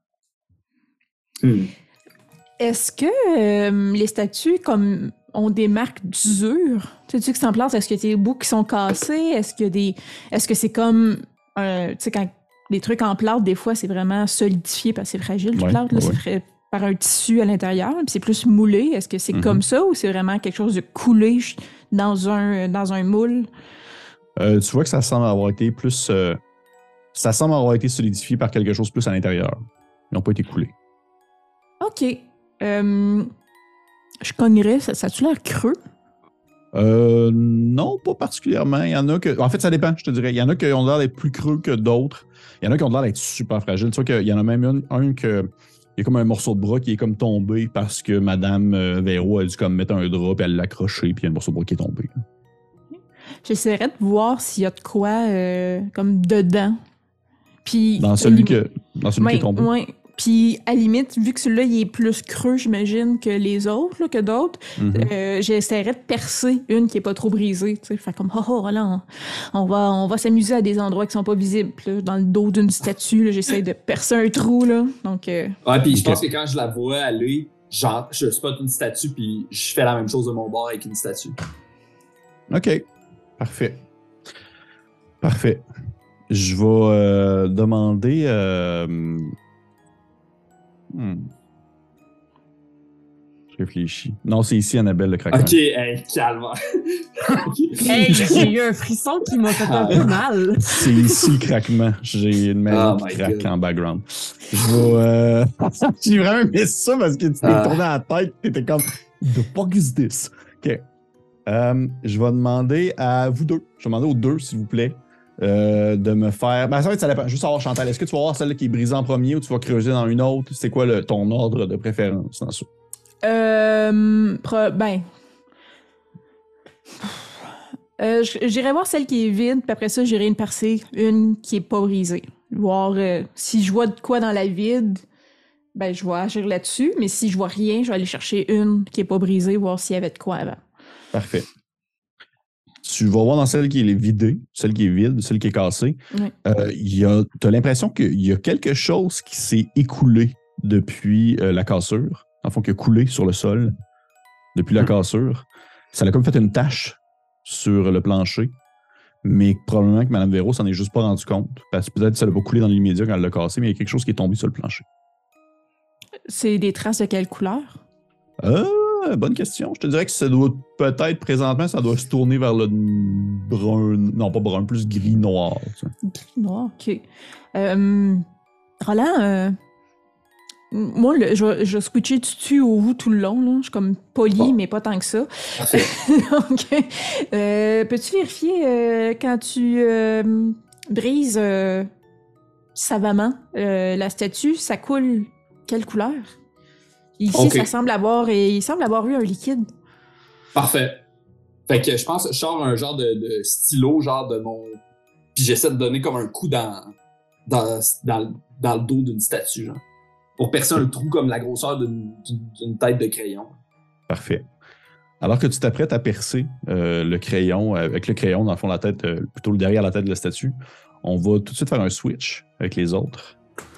[SPEAKER 4] Hmm.
[SPEAKER 3] Est-ce que euh, les statues comme ont des marques d'usure? Sais-tu que c'est en place? Est-ce qu'il y a des bouts qui sont cassés? Est-ce qu'il y a des. Est-ce que c'est comme euh, tu sais, quand les trucs en plâtre, des fois, c'est vraiment solidifié parce que c'est fragile, du
[SPEAKER 1] Ouais,
[SPEAKER 3] plâtre, là,
[SPEAKER 1] ouais,
[SPEAKER 3] c'est fait par un tissu à l'intérieur, puis c'est plus moulé. Est-ce que c'est
[SPEAKER 1] Mhm.
[SPEAKER 3] comme ça ou c'est vraiment quelque chose de coulé dans un, dans un moule?
[SPEAKER 1] Euh, tu vois que ça semble avoir été plus. euh, ça semble avoir été solidifié par quelque chose plus à l'intérieur. Ils n'ont pas été coulés.
[SPEAKER 3] OK. Euh, je cognerais, ça, ça a-tu l'air creux?
[SPEAKER 1] Euh, non, pas particulièrement. Il y en a que. En fait, ça dépend, je te dirais. Il y en a qui ont l'air d'être plus creux que d'autres. Il y en a qui ont l'air d'être super fragiles. Tu vois qu'il y en a même un, un que. Il y a comme un morceau de bras qui est comme tombé parce que Madame euh, Véro a dû comme mettre un drap et elle l'a accroché, puis il y a un morceau de bras qui est tombé.
[SPEAKER 3] J'essaierais de voir s'il y a de quoi euh, comme dedans. Puis,
[SPEAKER 1] Dans celui,
[SPEAKER 3] lim-
[SPEAKER 1] que, dans celui qui
[SPEAKER 3] Ouais,
[SPEAKER 1] est tombé.
[SPEAKER 3] ouais. Puis, à la limite, vu que celui-là, il est plus creux, j'imagine, que les autres, là, que d'autres,
[SPEAKER 1] Mhm.
[SPEAKER 3] euh, j'essaierais de percer une qui est pas trop brisée. Tu sais, fait comme, oh, oh, là, on, on va, on va s'amuser à des endroits qui sont pas visibles. Là, dans le dos d'une statue, là, j'essaie de percer un trou, là. Donc, euh,
[SPEAKER 4] Ouais, puis je
[SPEAKER 1] Ok.
[SPEAKER 4] pense que quand je la vois aller, genre, je spot une statue, puis je fais la même chose de mon bord avec une statue.
[SPEAKER 1] OK. Parfait. Parfait. Je vais euh, demander. euh, hmm. Je réfléchis. Non, c'est ici, Annabelle, le craquement.
[SPEAKER 4] Ok, hey, calme.
[SPEAKER 2] Hey, j'ai eu un frisson qui m'a fait un peu mal.
[SPEAKER 1] C'est ici le craquement. J'ai une maison
[SPEAKER 4] Oh
[SPEAKER 1] qui
[SPEAKER 4] my
[SPEAKER 1] craque
[SPEAKER 4] God.
[SPEAKER 1] en background. Je vais. euh, J'ai vraiment aimé ça parce que tu t'es
[SPEAKER 4] Ah.
[SPEAKER 1] tourné à la tête. T'étais comme. The fuck is this? OK. Euh, je vais demander à vous deux. Je vais demander aux deux, s'il vous plaît, euh, de me faire. Ben, ça va être ça dépend. Juste savoir, Chantal, est-ce que tu vas voir celle qui est brisée en premier ou tu vas creuser dans une autre? C'est quoi le, ton ordre de préférence dans ça?
[SPEAKER 3] euh, pro- ben. Euh, j- j'irai voir celle qui est vide, puis après ça, j'irai une percer, une qui est pas brisée. Voir euh, si je vois de quoi dans la vide, ben je vais agir là-dessus, mais si je vois rien, je vais aller chercher une qui est pas brisée, voir s'il y avait de quoi avant.
[SPEAKER 1] Parfait. Tu vas voir dans celle qui est vidée, celle qui est vide, celle qui est cassée.
[SPEAKER 3] Oui.
[SPEAKER 1] Euh, il y a- t'as l'impression qu'il y a quelque chose qui s'est écoulé depuis euh, la cassure. En fond, qui a coulé sur le sol depuis la
[SPEAKER 4] Hmm.
[SPEAKER 1] cassure. Ça a comme fait une tache sur le plancher. Mais probablement que Mme Véro s'en est juste pas rendu compte. Parce que peut-être que ça l'a pas coulé dans l'immédiat quand elle l'a cassé, mais il y a quelque chose qui est tombé sur le plancher.
[SPEAKER 3] C'est des traces de quelle couleur?
[SPEAKER 1] Euh, bonne question. Je te dirais que ça doit peut-être présentement, ça doit se tourner vers le brun. Non, pas brun, plus gris-noir. tu sais.
[SPEAKER 3] Noir, ok. Euh, Roland, euh, moi, le- je, vais- je vais switcher du tu au vous tout le long. Là. Je suis comme poli,
[SPEAKER 4] Bon.
[SPEAKER 3] mais pas tant que ça.
[SPEAKER 4] Parfait.
[SPEAKER 3] Donc, euh, peux-tu vérifier euh, quand tu euh, brises euh, savamment euh, la statue, ça coule quelle couleur? Ici,
[SPEAKER 4] Ok.
[SPEAKER 3] ça semble avoir, il semble avoir eu un liquide.
[SPEAKER 4] Parfait. Fait que je pense que je sors un genre de, de stylo, genre de mon. Puis j'essaie de donner comme un coup dans, dans, dans, dans le dos d'une statue, genre. Pour percer un trou comme la grosseur d'une, d'une, d'une tête de crayon.
[SPEAKER 1] Parfait. Alors que tu t'apprêtes à percer euh, le crayon, avec le crayon, dans le fond, la tête, euh, plutôt derrière la tête de la statue, on va tout de suite faire un switch avec les autres.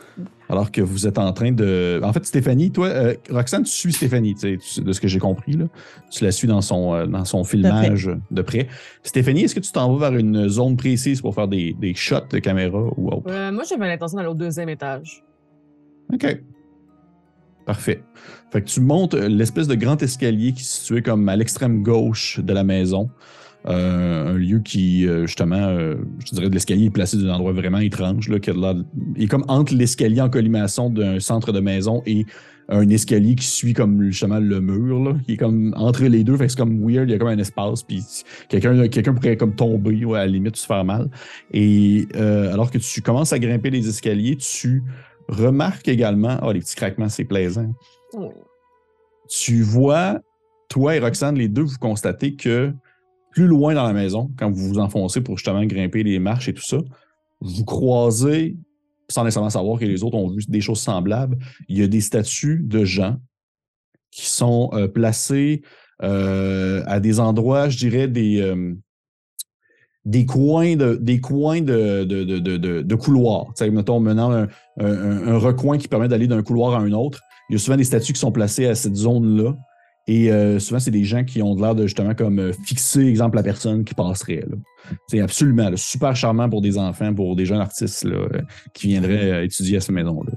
[SPEAKER 1] alors que vous êtes en train de... En fait, Stéphanie, toi, euh, Roxane, tu suis Stéphanie, tu sais, de ce que j'ai compris, là. Tu la suis dans son, euh, dans son filmage de près. de près. Stéphanie, est-ce que tu t'en vas vers une zone précise pour faire des, des shots de caméra ou autre?
[SPEAKER 2] Euh, moi, j'avais l'intention d'aller au deuxième étage.
[SPEAKER 1] OK. Parfait. Fait que tu montes l'espèce de grand escalier qui est situé comme à l'extrême gauche de la maison. Euh, un lieu qui, euh, justement, euh, je dirais de l'escalier est placé dans un endroit vraiment étrange. Là, qui a de l'air- il est comme entre l'escalier en colimaçon d'un centre de maison et un escalier qui suit comme justement le mur. Là. Il est comme entre les deux, fait que c'est comme weird, il y a comme un espace, puis quelqu'un, quelqu'un pourrait comme tomber ou à la limite se faire mal. Et euh, alors que tu commences à grimper les escaliers, tu remarques également, oh les petits craquements, c'est plaisant.
[SPEAKER 2] Oui.
[SPEAKER 1] Tu vois, toi et Roxane, les deux, vous constatez que plus loin dans la maison, quand vous vous enfoncez pour justement grimper les marches et tout ça, vous croisez, sans nécessairement savoir que les autres ont vu des choses semblables, il y a des statues de gens qui sont euh, placées euh, à des endroits, je dirais, des, euh, des coins de, des coins de, de, de, de, de, de couloirs. Tu sais, mettons, menant un, un, un recoin qui permet d'aller d'un couloir à un autre. Il y a souvent des statues qui sont placées à cette zone-là. Et euh, souvent, c'est des gens qui ont l'air de justement comme euh, fixer, exemple, la personne qui passerait. Là. C'est absolument là, super charmant pour des enfants, pour des jeunes artistes là, euh, qui viendraient euh, étudier à cette maison-là.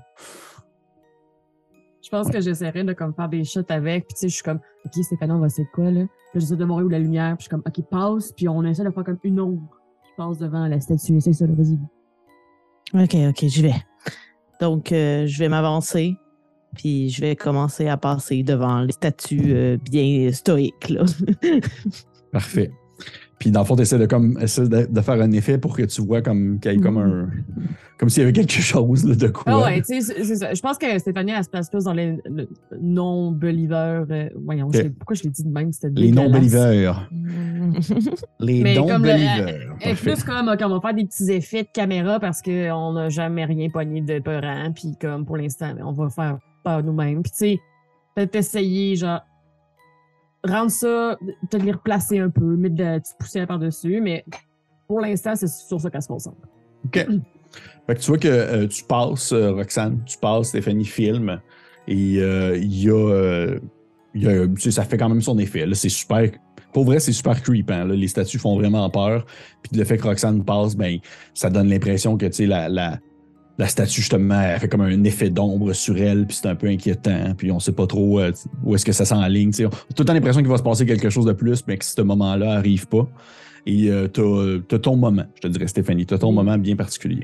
[SPEAKER 2] Je pense ouais. que j'essaierais de comme, faire des shots avec. Puis tu sais, je suis comme, OK, Stéphanie, on va essayer de quoi, là? Puis j'essaie de voir où la lumière. Puis je suis comme, OK, passe. Puis on essaie de faire comme une ombre. Je passe devant la statue. Essaye ça, là, vas-y.
[SPEAKER 5] OK, OK, j'y vais. Donc, euh, je vais m'avancer. Puis je vais commencer à passer devant les statues euh, bien stoïques, là.
[SPEAKER 1] Parfait. Puis dans le fond, tu essaies de, comme, essaie de, de faire un effet pour que tu vois comme qu'il y ait comme un... Comme s'il y avait quelque chose là, de quoi.
[SPEAKER 2] Ah ouais, tu sais, c'est, c'est ça. Je pense que Stéphanie, elle se place plus dans les le, non-believers. Euh, voyons, okay. je, pourquoi je l'ai dit de même? C'était
[SPEAKER 1] les non-believers. les
[SPEAKER 2] Mais
[SPEAKER 1] non-believers.
[SPEAKER 2] Et plus comme, quand on va faire des petits effets de caméra parce qu'on n'a jamais rien pogné de peurant. Puis comme pour l'instant, on va faire peur nous-mêmes. Puis tu sais, peut-être essayer, genre, rendre ça, te les replacer un peu, mettre de la petite poussière par-dessus. Mais pour l'instant, c'est sur ça qu'elle se concentre.
[SPEAKER 1] OK. Fait que tu vois que euh, tu passes, euh, Roxane, tu passes, Stéphanie filme, et il euh, y a, euh, y a tu sais, ça fait quand même son effet. Là, c'est super, pour vrai, c'est super creepant. Là, les statues font vraiment peur. Puis le fait que Roxane passe, ben, ça donne l'impression que, tu sais, la, la, la statue, justement, elle fait comme un effet d'ombre sur elle, puis c'est un peu inquiétant. Puis on sait pas trop euh, où est-ce que ça s'enligne. Tu sais, on a tout le temps l'impression qu'il va se passer quelque chose de plus, mais que ce moment-là arrive pas. Et euh, t'as, t'as ton moment, je te dirais, Stéphanie. T'as ton mmh. moment bien particulier.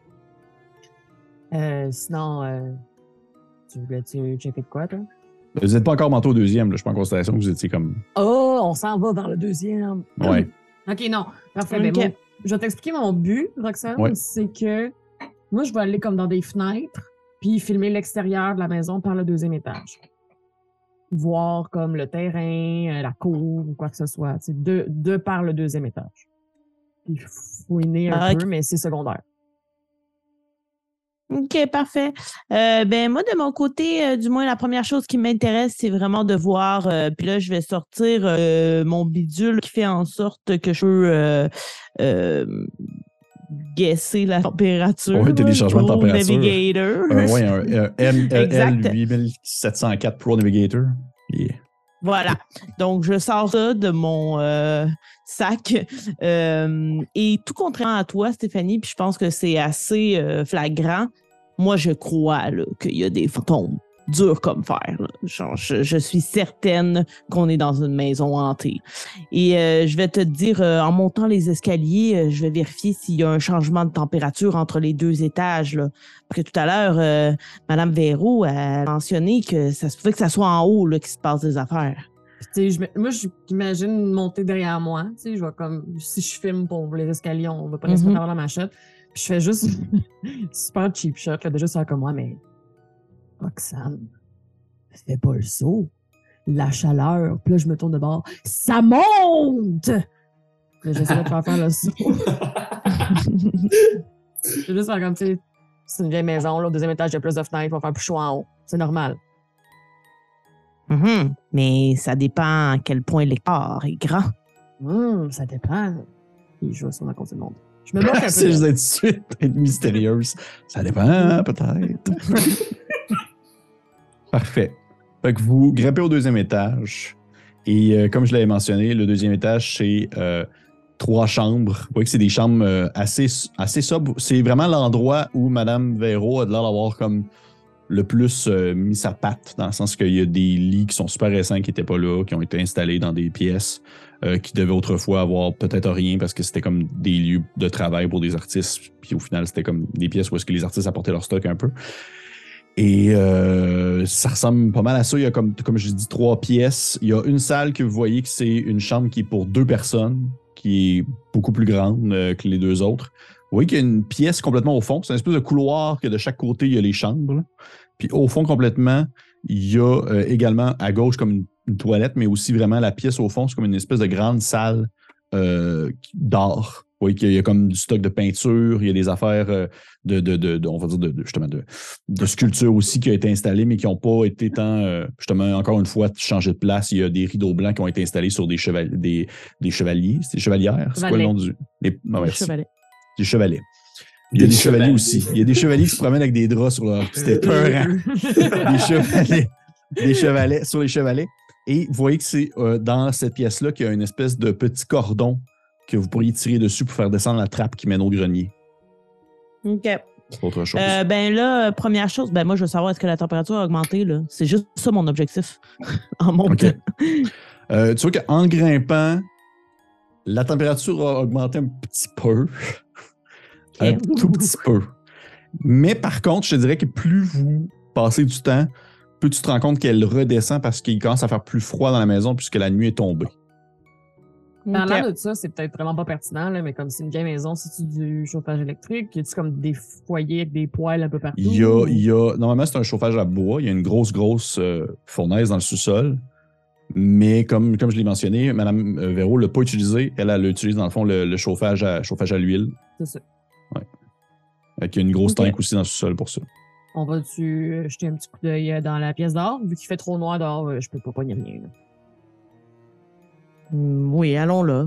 [SPEAKER 2] Euh, sinon, euh, tu voulais-tu checker de quoi, toi?
[SPEAKER 1] Vous n'êtes pas encore monté au deuxième, là. Je prends en considération que vous étiez comme...
[SPEAKER 2] Oh, on s'en va vers le deuxième.
[SPEAKER 1] Ouais.
[SPEAKER 2] OK, non. Parfait. Okay. Ben, mon, je vais t'expliquer mon but, Roxane. Ouais. C'est que moi, je vais aller comme dans des fenêtres puis filmer l'extérieur de la maison par le deuxième étage. Voir comme le terrain, la cour ou quoi que ce soit. De, de par le deuxième étage. Puis fouiner un ah, peu, okay. mais c'est secondaire.
[SPEAKER 5] OK, parfait. Euh, ben moi, de mon côté, euh, du moins, la première chose qui m'intéresse, c'est vraiment de voir, euh, puis là, je vais sortir euh, mon bidule qui fait en sorte que je peux euh, euh, guesser la température.
[SPEAKER 1] Oui, téléchargement de température.
[SPEAKER 5] Navigator.
[SPEAKER 1] Euh, oui, un, un M L huit mille sept cent quatre Pro Navigator. Yeah.
[SPEAKER 5] Voilà. Donc, je sors ça de mon euh, sac. Euh, et tout contrairement à toi, Stéphanie, puis je pense que c'est assez euh, flagrant, moi, je crois là, qu'il y a des fantômes durs comme fer. Genre, je, je suis certaine qu'on est dans une maison hantée. Et euh, je vais te dire, euh, en montant les escaliers, euh, je vais vérifier s'il y a un changement de température entre les deux étages. Là. Parce que tout à l'heure, euh, Mme Véro a mentionné que ça se pouvait que ça soit en haut là, qu'il se passe des affaires.
[SPEAKER 2] Puis, je, moi, j'imagine monter derrière moi. Je vois comme, si je filme pour les escaliers, on va pas mm-hmm. nécessairement avoir la machette. Puis je fais juste super cheap shot. Là, déjà, ça comme moi, mais Roxane, fais pas le saut. La chaleur. Puis là, je me tourne de bord. Ça monte! Là, j'essaie de faire faire le saut. Je vais juste faire comme, tu sais, c'est une vieille maison, là, au deuxième étage, il y a plus de fenêtres, il va faire plus chaud en haut. C'est normal.
[SPEAKER 5] Mm-hmm. Mais ça dépend à quel point l'écart est grand.
[SPEAKER 2] Mmh, ça dépend. Il joue sur ma compte du monde. Je me moque un peu.
[SPEAKER 1] C'est juste d'être suite, être mystérieuse. Ça dépend, hein, peut-être. Parfait. Fait que vous grimpez au deuxième étage. Et euh, comme je l'avais mentionné, le deuxième étage, c'est euh, trois chambres. Vous voyez que c'est des chambres euh, assez, assez sobres. C'est vraiment l'endroit où Mme Véro a l'air d'avoir comme le plus euh, mis sa patte, dans le sens qu'il y a des lits qui sont super récents qui n'étaient pas là, qui ont été installés dans des pièces euh, qui devaient autrefois avoir peut-être rien parce que c'était comme des lieux de travail pour des artistes. Puis au final, c'était comme des pièces où est-ce que les artistes apportaient leur stock un peu. Et euh, ça ressemble pas mal à ça. Il y a, comme, comme je dis, trois pièces. Il y a une salle que vous voyez que c'est une chambre qui est pour deux personnes, qui est beaucoup plus grande euh, que les deux autres. Vous voyez qu'il y a une pièce complètement au fond. C'est une espèce de couloir que de chaque côté, il y a les chambres. Là. Puis au fond, complètement, il y a euh, également à gauche comme une, une toilette, mais aussi vraiment la pièce au fond, c'est comme une espèce de grande salle euh, d'art. Vous voyez qu'il y a comme du stock de peinture, il y a des affaires euh, de, de, de, de, on va dire, de, de, justement, de, de sculpture aussi qui ont été installées, mais qui n'ont pas été tant, euh, justement, encore une fois, changé de place. Il y a des rideaux blancs qui ont été installés sur des, cheval, des, des chevaliers. C'est des chevalières? C'est quoi le nom du... Les, non,
[SPEAKER 5] des chevalets.
[SPEAKER 1] Des chevalets. Il y a des, des chevaliers, chevaliers aussi. Il y a des chevaliers qui se promènent avec des draps sur leur... C'était peurant. Des chevalets. Des chevalets sur les chevalets. Et vous voyez que c'est euh, dans cette pièce-là qu'il y a une espèce de petit cordon que vous pourriez tirer dessus pour faire descendre la trappe qui mène au grenier.
[SPEAKER 5] OK.
[SPEAKER 1] Autre chose.
[SPEAKER 5] Euh, ben là, première chose, ben moi, je veux savoir est-ce que la température a augmenté, là. C'est juste ça mon objectif en montant.
[SPEAKER 1] Okay. Euh, tu vois qu'en grimpant, la température a augmenté un petit peu. Okay. Un tout petit peu. Mais par contre, je te dirais que plus vous passez du temps, plus tu te rends compte qu'elle redescend parce qu'il commence à faire plus froid dans la maison puisque la nuit est tombée.
[SPEAKER 2] Dans l'air de ça, c'est peut-être vraiment pas pertinent, là, mais comme c'est une vieille maison, c'est-tu du chauffage électrique? Y a-tu comme des foyers avec des poêles un peu partout?
[SPEAKER 1] Il y a, il y a, normalement, c'est un chauffage à bois. Il y a une grosse, grosse euh, fournaise dans le sous-sol. Mais comme, comme je l'ai mentionné, Mme Véro ne l'a pas utilisé. Elle, elle utilise, dans le fond, le, le chauffage à, chauffage à l'huile.
[SPEAKER 2] C'est ça.
[SPEAKER 1] Ouais. Avec une grosse
[SPEAKER 2] okay.
[SPEAKER 1] tank aussi dans le sous-sol pour ça.
[SPEAKER 2] On va-tu jeter un petit coup d'œil dans la pièce d'or? Vu qu'il fait trop noir dehors, je peux pas pogner rien. Là.
[SPEAKER 5] Oui, allons là.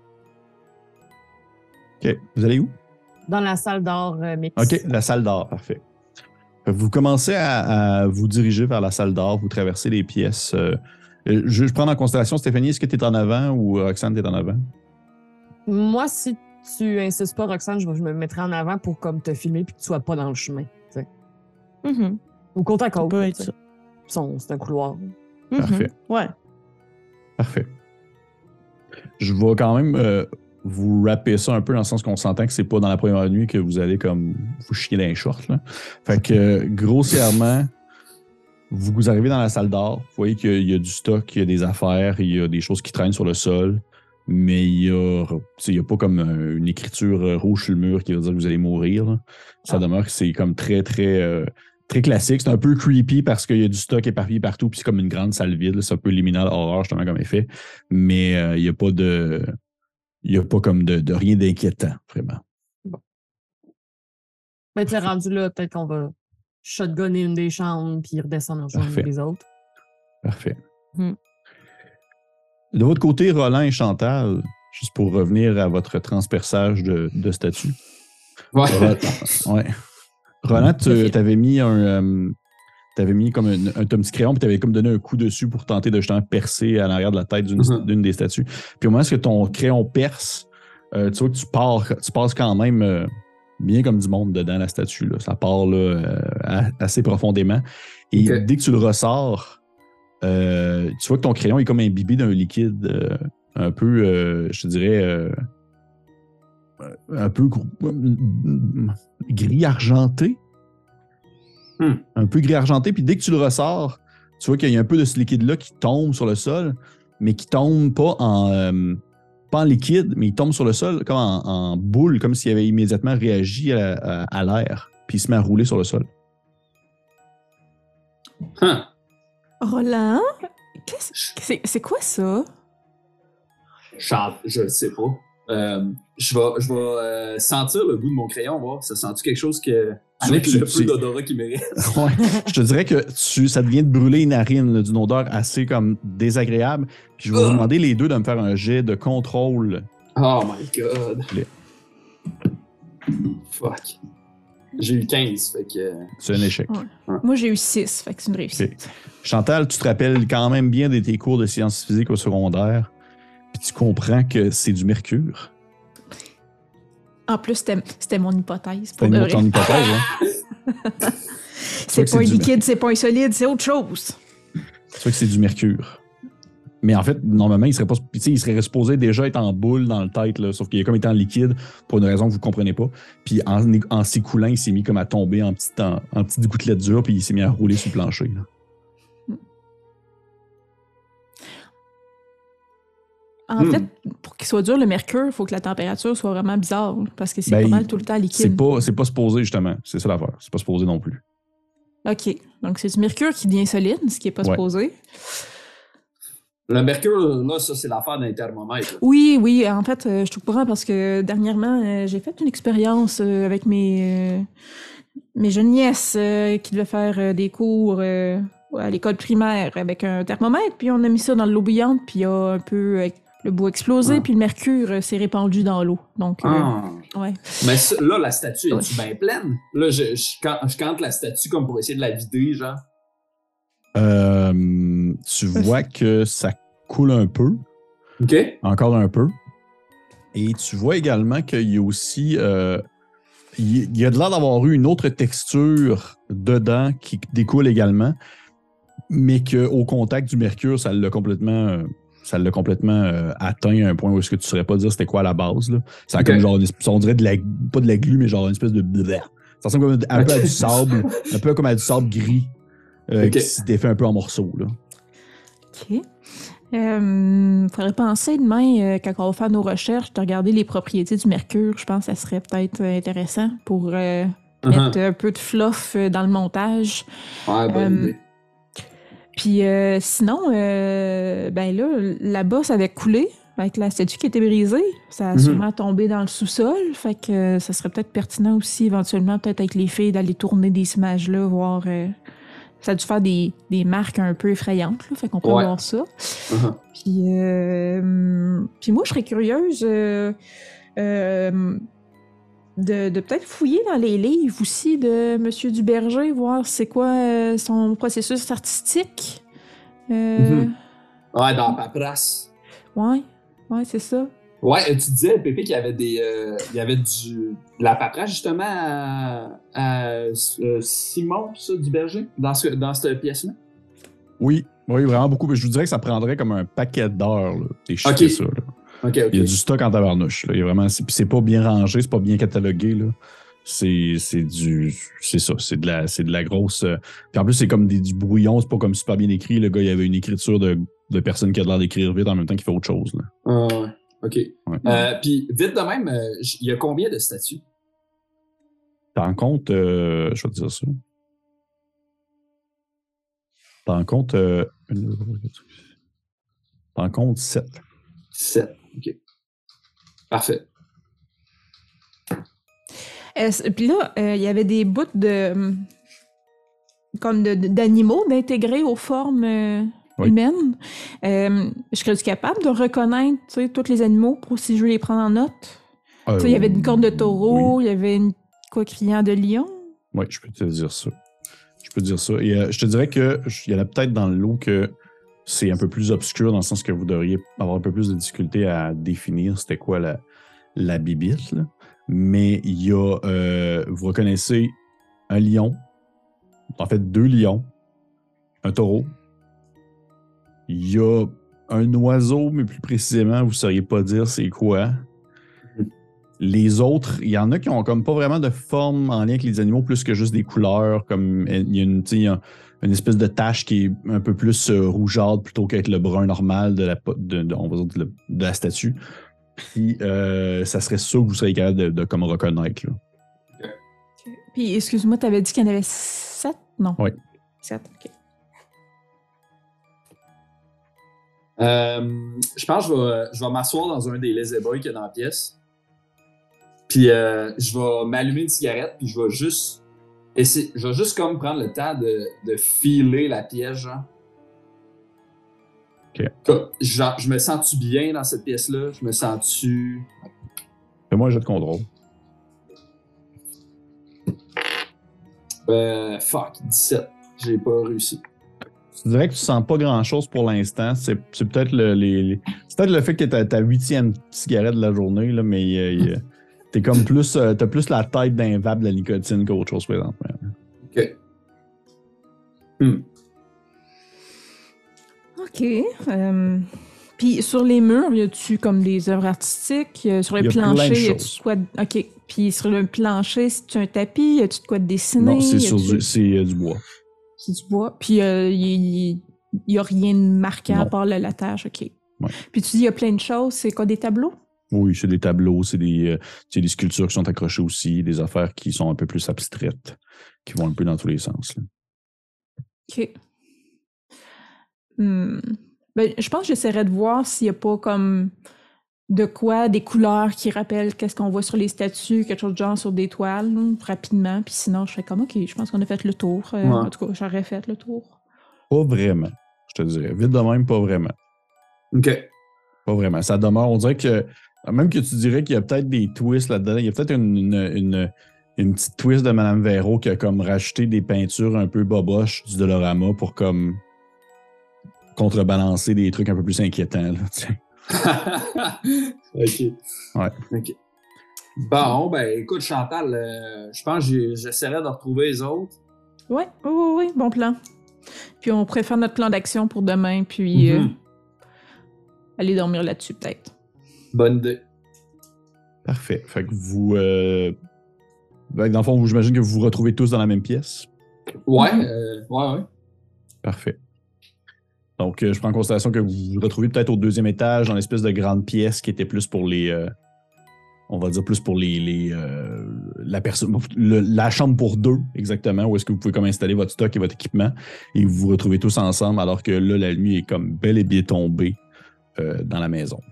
[SPEAKER 1] OK. Vous allez où?
[SPEAKER 2] Dans la salle d'or euh, mix.
[SPEAKER 1] OK, la salle d'or, parfait. Vous commencez à, à vous diriger vers la salle d'or, vous traversez les pièces. Euh, je, je prends en considération, Stéphanie, est-ce que tu es en avant ou Roxane, tu es en avant?
[SPEAKER 2] Moi, si tu insistes pas, Roxane, je, je me mettrai en avant pour comme te filmer puis que tu sois pas dans le chemin.
[SPEAKER 5] Mm-hmm.
[SPEAKER 2] Ou côte à côte.
[SPEAKER 5] peut être ça.
[SPEAKER 2] C'est un couloir.
[SPEAKER 5] Mm-hmm.
[SPEAKER 1] Parfait.
[SPEAKER 5] Ouais.
[SPEAKER 1] Parfait. Je vais quand même euh, vous rapper ça un peu dans le sens qu'on s'entend que c'est pas dans la première nuit que vous allez comme vous chier dans les shorts. Là. Fait que euh, grossièrement, vous, vous arrivez dans la salle d'or, vous voyez qu'il y a du stock, il y a des affaires, il y a des choses qui traînent sur le sol, mais il y a, il y a pas comme une écriture rouge sur le mur qui veut dire que vous allez mourir. Là. Ça ah. demeure que c'est comme très, très... Euh, Très classique, c'est un peu creepy parce qu'il y a du stock éparpillé partout, puis c'est comme une grande salle vide, c'est un peu liminal horreur justement comme effet, mais euh, il n'y a pas de, il n'y a pas comme de, de rien d'inquiétant, vraiment.
[SPEAKER 2] Bon. Ben, tu es rendu là, peut-être qu'on va shotgunner une des chambres puis redescendre en rejoindre les autres.
[SPEAKER 1] Parfait.
[SPEAKER 2] Hmm.
[SPEAKER 1] De votre côté, Roland et Chantal, juste pour revenir à votre transperçage de, de statut.
[SPEAKER 4] Ouais.
[SPEAKER 1] Roland, ouais. Roland, tu avais mis un. Euh, t'avais mis comme un, un, un petit crayon, puis tu avais comme donné un coup dessus pour tenter de justement percer à l'arrière de la tête d'une, mm-hmm. d'une des statues. Puis au moment où ton crayon perce, euh, tu vois que tu pars, tu passes quand même euh, bien comme du monde dedans la statue. Là. Ça part là, euh, assez profondément. Et okay. dès que tu le ressors, euh, tu vois que ton crayon est comme imbibé d'un liquide euh, un peu, euh, je te dirais. Euh, un peu gris argenté. Hmm. Un peu gris argenté. Puis dès que tu le ressors, tu vois qu'il y a un peu de ce liquide-là qui tombe sur le sol, mais qui tombe pas en, euh, pas en liquide, mais il tombe sur le sol comme en, en boule, comme s'il avait immédiatement réagi à, à, à l'air, puis il se met à rouler sur le sol.
[SPEAKER 4] Huh.
[SPEAKER 3] Roland? C'est, c'est quoi ça?
[SPEAKER 4] Je ne sais pas. Euh, je vais, je vais euh, sentir le goût de mon crayon, voir. Ça sent-tu quelque chose que, avec tu, le peu d'odorat qui me reste?
[SPEAKER 1] Ouais, je te dirais que tu, ça devient de brûler les narines, là, d'une odeur assez comme désagréable. Puis je vais oh. vous demander les deux de me faire un jet de contrôle.
[SPEAKER 4] Oh my God! Fuck. J'ai eu quinze, fait que...
[SPEAKER 1] C'est un échec.
[SPEAKER 3] Ouais.
[SPEAKER 4] Ouais.
[SPEAKER 3] Moi, j'ai eu six, fait que c'est une réussite.
[SPEAKER 1] Okay. Chantal, tu te rappelles quand même bien de tes cours de sciences physiques au secondaire, puis tu comprends que c'est du mercure.
[SPEAKER 3] En plus, c'était, c'était mon hypothèse.
[SPEAKER 1] C'était
[SPEAKER 3] Pour de
[SPEAKER 1] une
[SPEAKER 3] vrai.
[SPEAKER 1] autre hypothèse, hein?
[SPEAKER 3] C'est
[SPEAKER 1] C'est
[SPEAKER 3] pas un
[SPEAKER 1] du
[SPEAKER 3] liquide, c'est pas un solide, c'est autre chose.
[SPEAKER 1] C'est vrai que c'est du mercure. Mais en fait, normalement, il serait pas, il serait supposé déjà être en boule dans le tête, là, sauf qu'il est comme étant en liquide pour une raison que vous ne comprenez pas. Puis en, en s'écoulant, il s'est mis comme à tomber en petites, en, en petites gouttelettes dures, puis il s'est mis à rouler sur le plancher. Là.
[SPEAKER 3] En
[SPEAKER 4] Hmm.
[SPEAKER 3] fait, pour qu'il soit dur, le mercure, il faut que la température soit vraiment bizarre, parce que c'est
[SPEAKER 1] Ben,
[SPEAKER 3] pas mal tout le temps
[SPEAKER 1] C'est
[SPEAKER 3] liquide.
[SPEAKER 1] pas, c'est pas supposé, justement. C'est ça l'affaire. C'est pas supposé non plus.
[SPEAKER 3] OK. Donc, c'est du mercure qui devient solide, ce qui n'est pas
[SPEAKER 1] Ouais.
[SPEAKER 3] supposé.
[SPEAKER 4] Le mercure, là, ça, c'est l'affaire d'un thermomètre.
[SPEAKER 3] Oui, oui. En fait, euh, je suis au courant parce que dernièrement, euh, j'ai fait une expérience euh, avec mes, euh, mes jeunes nièces euh, qui devaient faire euh, des cours euh, à l'école primaire avec un thermomètre. Puis on a mis ça dans de l'eau bouillante, puis il y a un peu euh, le bout explosé,
[SPEAKER 4] Ah.
[SPEAKER 3] puis le mercure euh, s'est répandu dans l'eau. Donc, euh,
[SPEAKER 4] Ah.
[SPEAKER 3] ouais.
[SPEAKER 4] Mais ça, là, la statue,
[SPEAKER 3] Ouais.
[SPEAKER 4] est-tu bien pleine? Là, je, je, can- je cante la statue comme pour essayer de la vider, genre.
[SPEAKER 1] Euh, tu vois que ça coule un peu,
[SPEAKER 4] OK?
[SPEAKER 1] encore un peu. Et tu vois également qu'il y a aussi... Euh, il il y a de l'air d'avoir eu une autre texture dedans qui découle également, mais qu'au contact du mercure, ça l'a complètement... euh, ça l'a complètement euh, atteint à un point où est-ce que tu ne saurais pas dire c'était quoi à la base. Là. Ça a
[SPEAKER 4] Ok.
[SPEAKER 1] comme genre, une espèce- on dirait de la, pas de la glu, mais genre une espèce de... Ça ressemble comme un peu à
[SPEAKER 4] Ok.
[SPEAKER 1] du sable, un peu comme à du sable gris euh,
[SPEAKER 4] Ok.
[SPEAKER 1] qui s'est défait un peu en morceaux. Là.
[SPEAKER 3] OK. Euh, faudrait penser demain, euh, quand on va faire nos recherches, de regarder les propriétés du mercure. Je pense que ça serait peut-être euh, intéressant pour euh, mettre
[SPEAKER 4] Uh-huh.
[SPEAKER 3] un peu de fluff euh, dans le montage.
[SPEAKER 4] Ouais, bonne
[SPEAKER 3] Euh,
[SPEAKER 4] idée.
[SPEAKER 3] Puis euh, sinon, euh, ben là, là-bas, ça avait coulé avec la statue qui était brisée. Ça a
[SPEAKER 4] Mhm.
[SPEAKER 3] sûrement tombé dans le sous-sol. Fait que euh, ça serait peut-être pertinent aussi, éventuellement, peut-être avec les filles, d'aller tourner des images-là, voir... euh, ça a dû faire des, des marques un peu effrayantes, là, fait qu'on peut
[SPEAKER 4] Ouais.
[SPEAKER 3] voir ça.
[SPEAKER 4] Uh-huh.
[SPEAKER 3] Puis, euh, puis moi, je serais curieuse euh, euh, de, de peut-être fouiller dans les livres aussi de M. Duberger, voir c'est quoi euh, son processus artistique. Euh,
[SPEAKER 4] Mhm. Ouais, dans la paperasse.
[SPEAKER 3] Ouais, ouais, c'est ça.
[SPEAKER 4] Ouais, euh, tu disais, Pépé, qu'il y avait des. euh, il y avait du. de la paperasse, justement, à, à euh, Simon, ça, du berger, dans, ce, dans cette pièce-là.
[SPEAKER 1] Oui, oui, vraiment beaucoup. Je vous dirais que ça prendrait comme un paquet d'heures, là, chiffrer
[SPEAKER 4] Ok.
[SPEAKER 1] ça. Là.
[SPEAKER 4] Ok, ok.
[SPEAKER 1] Il y a du stock en tabarnouche. Là. Il y a vraiment, c'est, puis c'est pas bien rangé, c'est pas bien catalogué. Là. C'est, c'est du. C'est ça, c'est de la, c'est de la grosse. euh, Puis en plus, c'est comme des, du brouillon, c'est pas comme super bien écrit. Le gars, il y avait une écriture de, de personne qui a l'air d'écrire vite en même temps qu'il fait autre chose. Là.
[SPEAKER 4] Ah, ouais. Ok.
[SPEAKER 1] Ouais.
[SPEAKER 4] Euh, Puis, vite de même, euh, j- il y a combien de statues?
[SPEAKER 1] T'en comptes, euh, je vais te dire ça. T'en comptes. Euh, une, deux, trois, quatre, cinq, six. T'en comptes sept.
[SPEAKER 4] Sept. Ok. Parfait.
[SPEAKER 3] Est-ce- Puis là, euh, il y avait des bouts de. hum, comme de- de- d'animaux d'intégrer aux formes euh,
[SPEAKER 1] Oui.
[SPEAKER 3] humaines. Euh, je serais capable de reconnaître tu sais, tous les animaux pour si je veux les prendre en note.
[SPEAKER 1] Euh,
[SPEAKER 3] Tu sais, il y avait une corne de taureau,
[SPEAKER 1] oui.
[SPEAKER 3] il y avait une quoi criant de lion.
[SPEAKER 1] Oui, je peux te dire ça. Je peux te dire ça. Et euh, je te dirais qu'il y en a peut-être dans le lot que c'est un peu plus obscur dans le sens que vous devriez avoir un peu plus de difficulté à définir c'était quoi la, la bibite. Là. Mais il y a, euh, vous reconnaissez un lion, en fait deux lions, un taureau. Il y a un oiseau, mais plus précisément, vous ne sauriez pas dire c'est quoi. Les autres, il y en a qui ont comme pas vraiment de forme en lien avec les animaux, plus que juste des couleurs. Comme il y a une, il y a une espèce de tache qui est un peu plus euh, rougeâtre plutôt qu'être le brun normal de la, de, de, on va dire de, la- de la statue. Puis euh, ça serait ça que vous seriez capable de, de comme reconnaître. Là.
[SPEAKER 3] Puis, excuse-moi, t'avais dit qu'il y en avait sept? Non.
[SPEAKER 1] Oui.
[SPEAKER 3] Sept, ok.
[SPEAKER 4] Euh, je pense que je vais, je vais m'asseoir dans un des lazy boys qu'il y a dans la pièce. Puis euh, je vais m'allumer une cigarette, puis je vais juste essayer, je vais juste comme prendre le temps de, de filer la pièce, genre.
[SPEAKER 1] Ok.
[SPEAKER 4] Comme, genre, je me sens-tu bien dans cette pièce-là? Je me sens-tu...
[SPEAKER 1] Fais-moi un jeu de contrôle.
[SPEAKER 4] Euh, fuck, dix-sept. J'ai pas réussi.
[SPEAKER 1] Tu dirais que tu sens pas grand-chose pour l'instant. C'est, c'est peut-être le, les, les- c'est peut-être le fait que t'as ta huitième cigarette de la journée, là, mais euh, t'es comme plus, euh, t'as plus la tête d'un vape de la nicotine qu'autre chose présentement.
[SPEAKER 4] OK. Hmm.
[SPEAKER 3] OK. Euh, Puis sur les murs, y a-tu comme des œuvres artistiques? Y a- Sur le
[SPEAKER 1] Y a plein de
[SPEAKER 3] plancher, y a-tu
[SPEAKER 1] choses.
[SPEAKER 3] de quoi? de- OK. Puis sur le plancher, c'est-tu un tapis? Y a-tu de quoi de dessiner?
[SPEAKER 1] Non, c'est,
[SPEAKER 3] Y
[SPEAKER 1] sur
[SPEAKER 3] a-tu-
[SPEAKER 1] du, c'est euh, du bois.
[SPEAKER 3] C'est du bois. Puis il euh, y, y- y a rien de marquant à
[SPEAKER 1] Non.
[SPEAKER 3] part le latage. OK.
[SPEAKER 1] Ouais.
[SPEAKER 3] Puis tu dis, il y a plein de choses. C'est quoi, des tableaux?
[SPEAKER 1] Oui, c'est des tableaux, c'est des, euh, c'est des sculptures qui sont accrochées aussi, des affaires qui sont un peu plus abstraites, qui vont un peu dans tous les sens. Là.
[SPEAKER 3] OK. Hmm. Ben, je pense que j'essaierais de voir s'il n'y a pas comme de quoi, des couleurs qui rappellent qu'est-ce qu'on voit sur les statues, quelque chose de genre sur des toiles, là, rapidement. Puis sinon, je serais comme, OK, je pense qu'on a fait le tour. Euh,
[SPEAKER 4] Ouais.
[SPEAKER 3] En tout cas, j'aurais fait le tour.
[SPEAKER 1] Pas vraiment, je te dirais. Vite de même, pas vraiment.
[SPEAKER 4] OK.
[SPEAKER 1] Pas vraiment. Ça demeure, on dirait que, même que tu dirais qu'il y a peut-être des twists là-dedans, il y a peut-être une, une, une, une petite twist de Mme Véro qui a comme rajouté des peintures un peu boboches du Dolorama pour comme contrebalancer des trucs un peu plus inquiétants. Là, tu sais.
[SPEAKER 4] OK.
[SPEAKER 1] Ouais.
[SPEAKER 4] OK. Bon, ben écoute, Chantal, euh, je pense que j'ai- j'essaierai de retrouver les autres.
[SPEAKER 3] Ouais, oui, oui, oui, bon plan. Puis on préfère notre plan d'action pour demain, puis euh,
[SPEAKER 4] Mhm.
[SPEAKER 3] aller dormir là-dessus, peut-être.
[SPEAKER 4] Bonne idée.
[SPEAKER 1] Parfait. Fait que vous. Euh... ben, dans le fond, vous- j'imagine que vous vous retrouvez tous dans la même pièce.
[SPEAKER 4] Ouais,
[SPEAKER 3] Mhm.
[SPEAKER 4] euh, ouais, ouais.
[SPEAKER 1] Parfait. Donc, euh, je prends en considération que vous vous retrouvez peut-être au deuxième étage, dans l'espèce de grande pièce qui était plus pour les. euh, on va dire plus pour les. les euh, la personne. le- la chambre pour deux, exactement, où est-ce que vous pouvez comme installer votre stock et votre équipement. Et vous vous retrouvez tous ensemble, alors que là, la nuit est comme bel et bien tombée euh, dans la maison.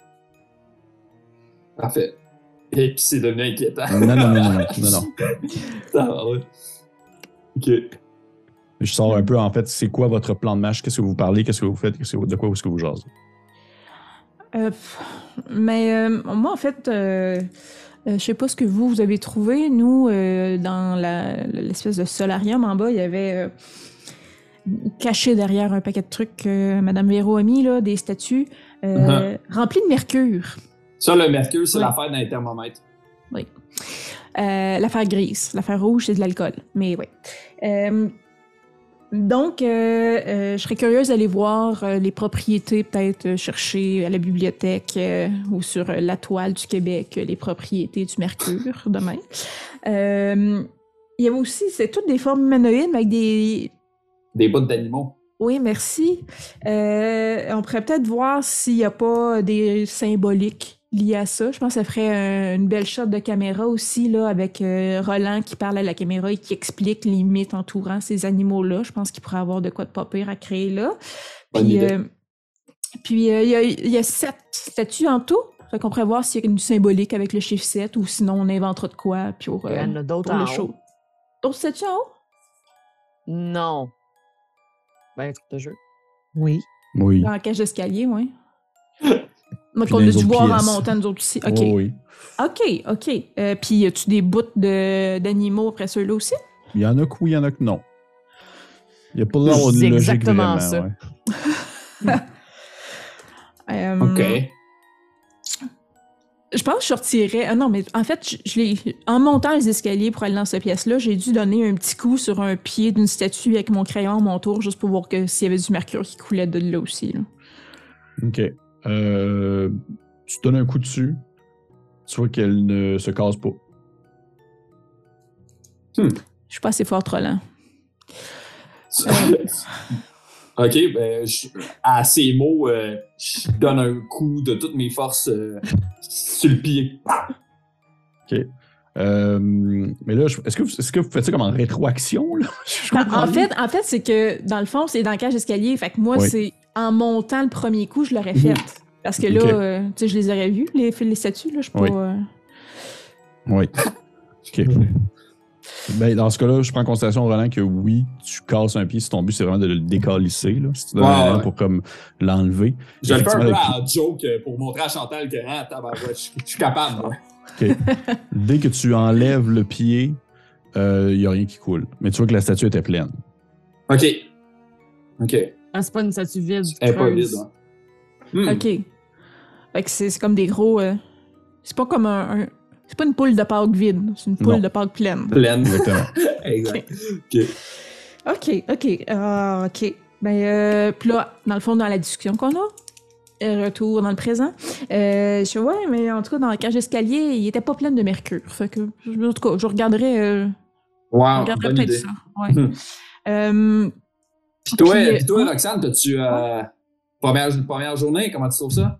[SPEAKER 4] Parfait. Et puis c'est devenu inquiétant.
[SPEAKER 1] Non, non, non, non, non, non, non.
[SPEAKER 4] Ah, ouais. OK.
[SPEAKER 1] Je sors un peu, en fait, c'est quoi votre plan de match? Qu'est-ce que vous parlez? Qu'est-ce que vous faites? Qu'est-ce que, de quoi est-ce que vous jasez?
[SPEAKER 3] Euh, pff, mais euh, moi, en fait, euh, euh, je sais pas ce que vous, vous avez trouvé. Nous, euh, dans la- l'espèce de solarium en bas, il y avait euh, caché derrière un paquet de trucs que Madame Véro a mis, là, des statues euh, remplis de mercure.
[SPEAKER 4] Ça, le mercure, c'est
[SPEAKER 3] Ouais.
[SPEAKER 4] l'affaire d'un thermomètre.
[SPEAKER 3] Oui. Euh, l'affaire grise. L'affaire rouge, c'est de l'alcool. Mais oui. Euh, donc, euh, euh, je serais curieuse d'aller voir euh, les propriétés, peut-être euh, chercher à la bibliothèque euh, ou sur euh, la toile du Québec, euh, les propriétés du mercure demain. Euh, il y avait aussi, c'est toutes des formes humanoïdes mais avec des...
[SPEAKER 4] Des bouts d'animaux.
[SPEAKER 3] Oui, merci. Euh, on pourrait peut-être voir s'il n'y a pas des symboliques liées à ça. Je pense que ça ferait un- une belle shot de caméra aussi, là, avec euh, Roland qui parle à la caméra et qui explique les mythes entourant ces animaux-là. Je pense qu'il pourrait avoir de quoi de pas pire à créer là.
[SPEAKER 4] Bonne
[SPEAKER 3] Puis,
[SPEAKER 4] idée.
[SPEAKER 3] euh, puis euh, il y, a, il y a sept statues en tout. Fait qu'on pourrait voir s'il y a une symbolique avec le chiffre sept ou sinon on inventera de quoi pour, euh,
[SPEAKER 2] Il y en a d'autres
[SPEAKER 3] pour
[SPEAKER 2] en
[SPEAKER 3] le show.
[SPEAKER 2] haut.
[SPEAKER 3] D'autres statues en haut?
[SPEAKER 2] Non. Ben, truc de jeu.
[SPEAKER 5] Oui.
[SPEAKER 1] Oui.
[SPEAKER 3] Dans la cage d'escalier, oui. Donc,
[SPEAKER 1] Puis
[SPEAKER 3] on
[SPEAKER 1] dans
[SPEAKER 3] a
[SPEAKER 1] les
[SPEAKER 3] dû
[SPEAKER 1] autres
[SPEAKER 3] voir en
[SPEAKER 1] pièces.
[SPEAKER 3] montant, nous autres aussi. OK.
[SPEAKER 1] Oui, oui.
[SPEAKER 3] OK, OK. Euh, puis, y a-tu des bouts de, d'animaux après ceux-là aussi?
[SPEAKER 1] Il y en a que oui, il y en a que non. Il n'y a pas de
[SPEAKER 2] C'est
[SPEAKER 1] logique
[SPEAKER 2] exactement
[SPEAKER 1] vraiment.
[SPEAKER 2] ça.
[SPEAKER 1] Ouais.
[SPEAKER 3] Euh,
[SPEAKER 4] OK.
[SPEAKER 3] Je pense que je sortirais... Ah non, mais en fait, je, je l'ai... en montant les escaliers pour aller dans cette pièce-là, j'ai dû donner un petit coup sur un pied d'une statue avec mon crayon à mon tour, juste pour voir que s'il y avait du mercure qui coulait de là aussi. Là.
[SPEAKER 1] OK. Euh, tu donnes un coup dessus. Tu vois qu'elle ne se casse pas.
[SPEAKER 3] Je suis pas assez forte, Roland.
[SPEAKER 4] OK, ben, je- à ces mots, euh, je donne un coup de toutes mes forces euh, sur le pied.
[SPEAKER 1] OK. Euh, mais là, je- est-ce que, vous, est-ce que vous faites ça comme en rétroaction? Là? Je
[SPEAKER 3] Ben,
[SPEAKER 1] comprends
[SPEAKER 3] en
[SPEAKER 1] pas.
[SPEAKER 3] fait, en fait, c'est que dans le fond, c'est dans la cage d'escalier. Fait que moi,
[SPEAKER 1] Oui.
[SPEAKER 3] c'est en montant le premier coup, je l'aurais fait. Parce que là,
[SPEAKER 1] Ok.
[SPEAKER 3] euh, tu sais, je les aurais vus, les, les statues. Là, je suis pas.
[SPEAKER 1] Oui.
[SPEAKER 3] euh,
[SPEAKER 1] Oui. OK. Ben, dans ce cas-là, je prends en considération, Roland, que oui, tu casses un pied si ton but, c'est vraiment de le décalisser. Là, si tu donnes
[SPEAKER 4] Ouais,
[SPEAKER 1] un élan
[SPEAKER 4] ouais.
[SPEAKER 1] pour comme l'enlever.
[SPEAKER 4] Je le fais un peu
[SPEAKER 1] Effectivement,
[SPEAKER 4] à joke euh, pour montrer à Chantal que ah, tabarouette, je je suis capable. moi.
[SPEAKER 1] OK. Dès que tu enlèves le pied, il euh, n'y a rien qui coule. Mais tu vois que la statue était pleine.
[SPEAKER 4] OK. OK.
[SPEAKER 2] Ah, c'est pas une statue vide.
[SPEAKER 4] Elle est pas
[SPEAKER 2] creuse.
[SPEAKER 4] vide, ouais. Hmm.
[SPEAKER 3] OK. Fait que c'est, c'est comme des gros... Euh... C'est pas comme un, un... C'est pas une poule de Pâques vide. C'est une poule
[SPEAKER 1] Non.
[SPEAKER 3] de Pâques pleine.
[SPEAKER 4] Pleine.
[SPEAKER 1] Exactement.
[SPEAKER 4] Exact. OK.
[SPEAKER 3] OK, OK. Uh, OK. Ben, euh, puis là, dans le fond, dans la discussion qu'on a, euh, retour dans le présent, euh, je ouais, mais en tout cas, dans la cage d'escalier, il était pas plein de mercure. Fait que, en tout cas, je regarderais... Euh...
[SPEAKER 4] Wow,
[SPEAKER 3] je regarderais
[SPEAKER 4] bonne
[SPEAKER 3] peut-être
[SPEAKER 4] idée.
[SPEAKER 3] ça. Ouais.
[SPEAKER 4] Hmm.
[SPEAKER 3] euh,
[SPEAKER 4] Puis toi,
[SPEAKER 3] Puis,
[SPEAKER 4] puis toi
[SPEAKER 3] euh,
[SPEAKER 4] Roxane, t'as-tu... Euh, première, première journée, comment tu trouves ça?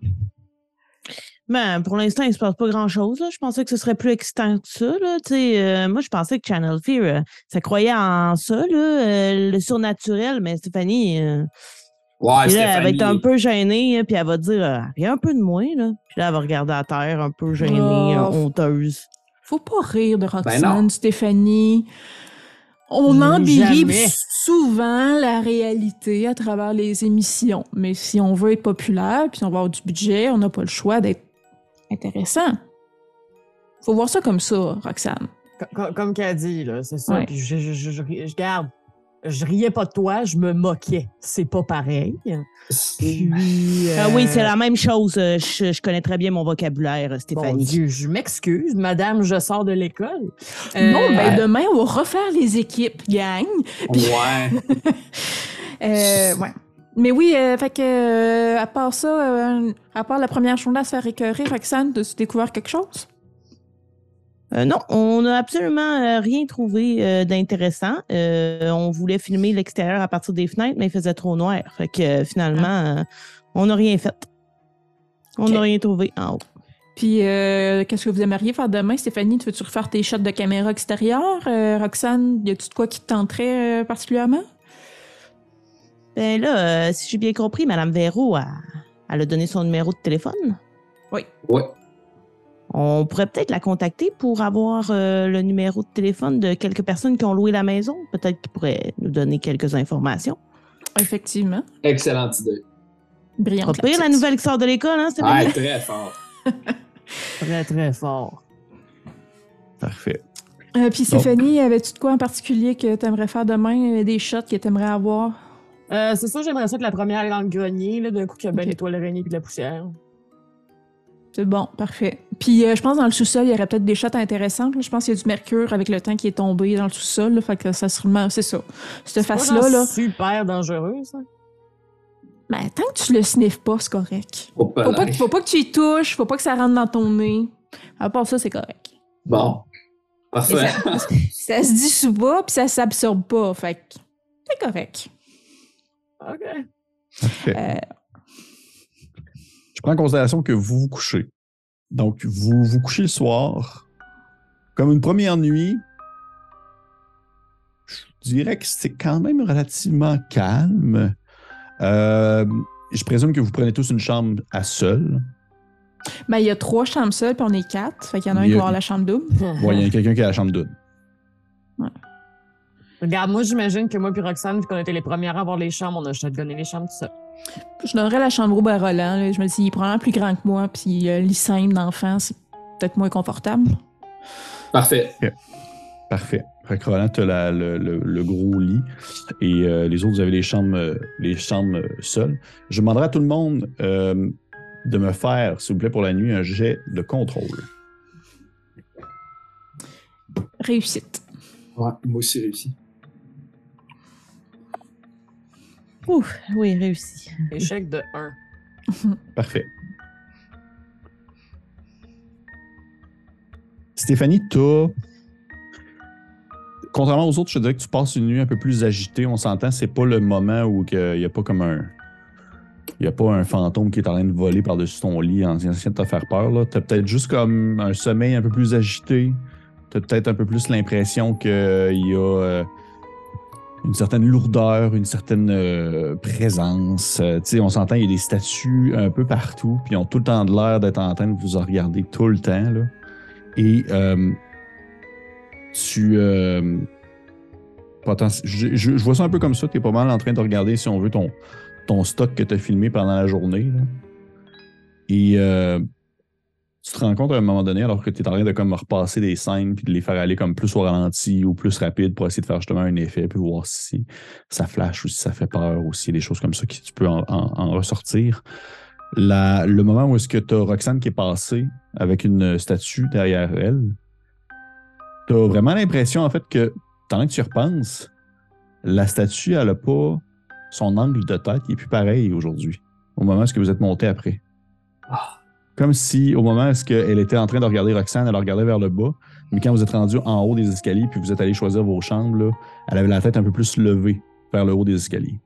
[SPEAKER 5] Ben, pour l'instant, il se passe pas grand-chose. Là. Je pensais que ce serait plus excitant que ça. Là. Euh, moi, je pensais que Channel Fear, euh, ça croyait en ça, là, euh, le surnaturel, mais Stéphanie, euh,
[SPEAKER 4] Ouais,
[SPEAKER 5] puis là,
[SPEAKER 4] Stéphanie.
[SPEAKER 5] elle va être un peu gênée, puis elle va dire euh, il y a un peu de moins. Là. Puis là, elle va regarder à terre, un peu gênée,
[SPEAKER 3] Oh.
[SPEAKER 5] euh, honteuse.
[SPEAKER 3] Faut pas rire de
[SPEAKER 4] Ben
[SPEAKER 3] Roxane,
[SPEAKER 4] non.
[SPEAKER 3] Stéphanie. On
[SPEAKER 2] Mais
[SPEAKER 3] embellit
[SPEAKER 2] jamais.
[SPEAKER 3] souvent la réalité à travers les émissions. Mais si on veut être populaire, puis on va avoir du budget, on n'a pas le choix d'être intéressant. Faut voir ça comme ça, Roxane.
[SPEAKER 2] Comme, comme qu'elle dit, là, c'est ça.
[SPEAKER 3] Ouais.
[SPEAKER 2] Puis je, je, je, je, je garde. Je riais pas de toi, je me moquais. C'est pas pareil. Puis, euh,
[SPEAKER 5] Ah oui, c'est la même chose. Euh, Je, je connais très bien mon vocabulaire,
[SPEAKER 2] Bon
[SPEAKER 5] Stéphanie.
[SPEAKER 2] Dieu, je m'excuse, madame, je sors de l'école.
[SPEAKER 3] Bon,
[SPEAKER 2] Euh,
[SPEAKER 3] ben demain, on va refaire les équipes, gang.
[SPEAKER 4] Ouais.
[SPEAKER 3] Euh, ouais. Mais oui, euh, fait que, euh, à part ça, euh, à part la première journée à se faire écœurer, Roxane, as-tu découvert quelque chose?
[SPEAKER 5] Euh, non, on n'a absolument euh, rien trouvé euh, d'intéressant. Euh, on voulait filmer l'extérieur à partir des fenêtres, mais il faisait trop noir. Fait que euh, finalement, euh, on n'a rien fait. On n'a
[SPEAKER 3] Ok.
[SPEAKER 5] rien trouvé en haut.
[SPEAKER 3] Puis, euh, qu'est-ce que vous aimeriez faire demain, Stéphanie? Tu veux-tu refaire tes shots de caméra extérieure? Euh, Roxane, y a-tu de quoi qui te tenterait euh, particulièrement?
[SPEAKER 5] Ben là, euh, si j'ai bien compris, Mme Véro, a, elle a donné son numéro de téléphone.
[SPEAKER 4] Ouais.
[SPEAKER 5] On pourrait peut-être la contacter pour avoir euh, le numéro de téléphone de quelques personnes qui ont loué la maison. Peut-être qu'ils pourraient nous donner quelques informations.
[SPEAKER 3] Effectivement.
[SPEAKER 4] Excellente idée.
[SPEAKER 3] Brillante.
[SPEAKER 5] Pas pire, la
[SPEAKER 3] petite.
[SPEAKER 5] nouvelle qui sort de l'école, hein, Stéphanie?
[SPEAKER 4] Ouais, très fort.
[SPEAKER 2] Très, très fort.
[SPEAKER 1] Parfait.
[SPEAKER 3] Euh, Puis, Stéphanie, avais-tu de quoi en particulier que t'aimerais faire demain? euh, Des shots que t'aimerais avoir?
[SPEAKER 2] Euh, c'est sûr, j'aimerais ça que la première est dans le grenier, là, d'un coup qu'il y a bien
[SPEAKER 3] Ok.
[SPEAKER 2] des toiles d'araignée et de la poussière.
[SPEAKER 3] C'est bon, parfait. Puis, euh, je pense dans le sous-sol, il y aurait peut-être des shots intéressantes. là. Je pense qu'il y a du mercure avec le temps qui est tombé dans le sous-sol. là. Fait que ça serait... C'est ça. Cette
[SPEAKER 2] C'est pas
[SPEAKER 3] face-là,
[SPEAKER 2] genre
[SPEAKER 3] là...
[SPEAKER 2] super dangereux, ça.
[SPEAKER 3] Ben, tant que tu le sniffes pas, c'est correct.
[SPEAKER 4] Faut pas
[SPEAKER 3] Faut pas,
[SPEAKER 4] l'air.
[SPEAKER 3] que, faut pas que tu y touches, faut pas que ça rentre dans ton nez. À part ça, c'est correct.
[SPEAKER 4] Bon.
[SPEAKER 3] Mais
[SPEAKER 4] Parfait.
[SPEAKER 3] ça, ça se dissout pas, puis ça s'absorbe pas, fait que c'est correct.
[SPEAKER 2] OK.
[SPEAKER 1] Parfait.
[SPEAKER 3] Euh,
[SPEAKER 1] Je prends en considération que vous vous couchez. Donc, vous vous couchez le soir. Comme une première nuit, je dirais que c'est quand même relativement calme. Euh, je présume que vous prenez tous une chambre à seul.
[SPEAKER 3] ben, il y a trois chambres seules, puis on est quatre. Fait qu'il y en a un
[SPEAKER 1] Il y
[SPEAKER 3] qui
[SPEAKER 1] a-
[SPEAKER 3] va avoir la chambre double.
[SPEAKER 1] Bon, il y a quelqu'un qui a la chambre double.
[SPEAKER 2] Regarde, moi, j'imagine que moi et Roxane, vu qu'on était les premières à avoir les chambres, on a shotgunné les chambres tout ça.
[SPEAKER 3] Je donnerais la chambre double à Roland. là. Je me dis, il est probablement plus grand que moi, puis euh, lit simple d'enfant, c'est peut-être moins confortable.
[SPEAKER 4] Parfait.
[SPEAKER 1] Parfait. Fait que Roland, t'as la- le, le- le gros lit et euh, les autres, vous avez les chambres, euh, les chambres euh, seules. Je demanderai à tout le monde euh, de me faire, s'il vous plaît, pour la nuit, un jet de contrôle.
[SPEAKER 3] Réussite.
[SPEAKER 4] Ouais, moi aussi réussi.
[SPEAKER 5] Ouf, oui, réussi.
[SPEAKER 2] Échec de un.
[SPEAKER 1] Parfait. Stéphanie, t'as... Contrairement aux autres, je te dirais que tu passes une nuit un peu plus agitée. On s'entend, c'est pas le moment où il n'y a pas comme un... Il n'y a pas un fantôme qui est en train de voler par-dessus ton lit en essayant de te faire peur. Tu as peut-être juste comme un sommeil un peu plus agité. Tu as peut-être un peu plus l'impression qu'il y a euh, une certaine lourdeur, une certaine euh, présence. Euh, tu sais, on s'entend, il y a des statues un peu partout, puis ils ont tout le temps de l'air d'être en train de vous regarder tout le temps. Là. Et euh, tu... Euh, poten- je, je- je vois ça un peu comme ça. Tu es pas mal en train de regarder, si on veut, ton, ton stock que tu as filmé pendant la journée. Là. Et euh, tu te rends compte à un moment donné, alors que tu es en train de comme repasser des scènes puis de les faire aller comme plus au ralenti ou plus rapide pour essayer de faire justement un effet puis voir si ça flash ou si ça fait peur ou si des choses comme ça que tu peux en, en, en ressortir. La, le moment où est-ce que tu as Roxane qui est passée avec une statue derrière elle, tu as vraiment l'impression en fait que pendant que tu y repenses, la statue, elle n'a pas son angle de tête qui est plus pareil aujourd'hui, au moment où est-ce que vous êtes monté après.
[SPEAKER 4] Ah.
[SPEAKER 1] Comme si, au moment où elle était en train de regarder Roxane, elle regardait vers le bas, mais quand vous êtes rendu en haut des escaliers puis vous êtes allé choisir vos chambres, là, elle avait la tête un peu plus levée vers le haut des escaliers.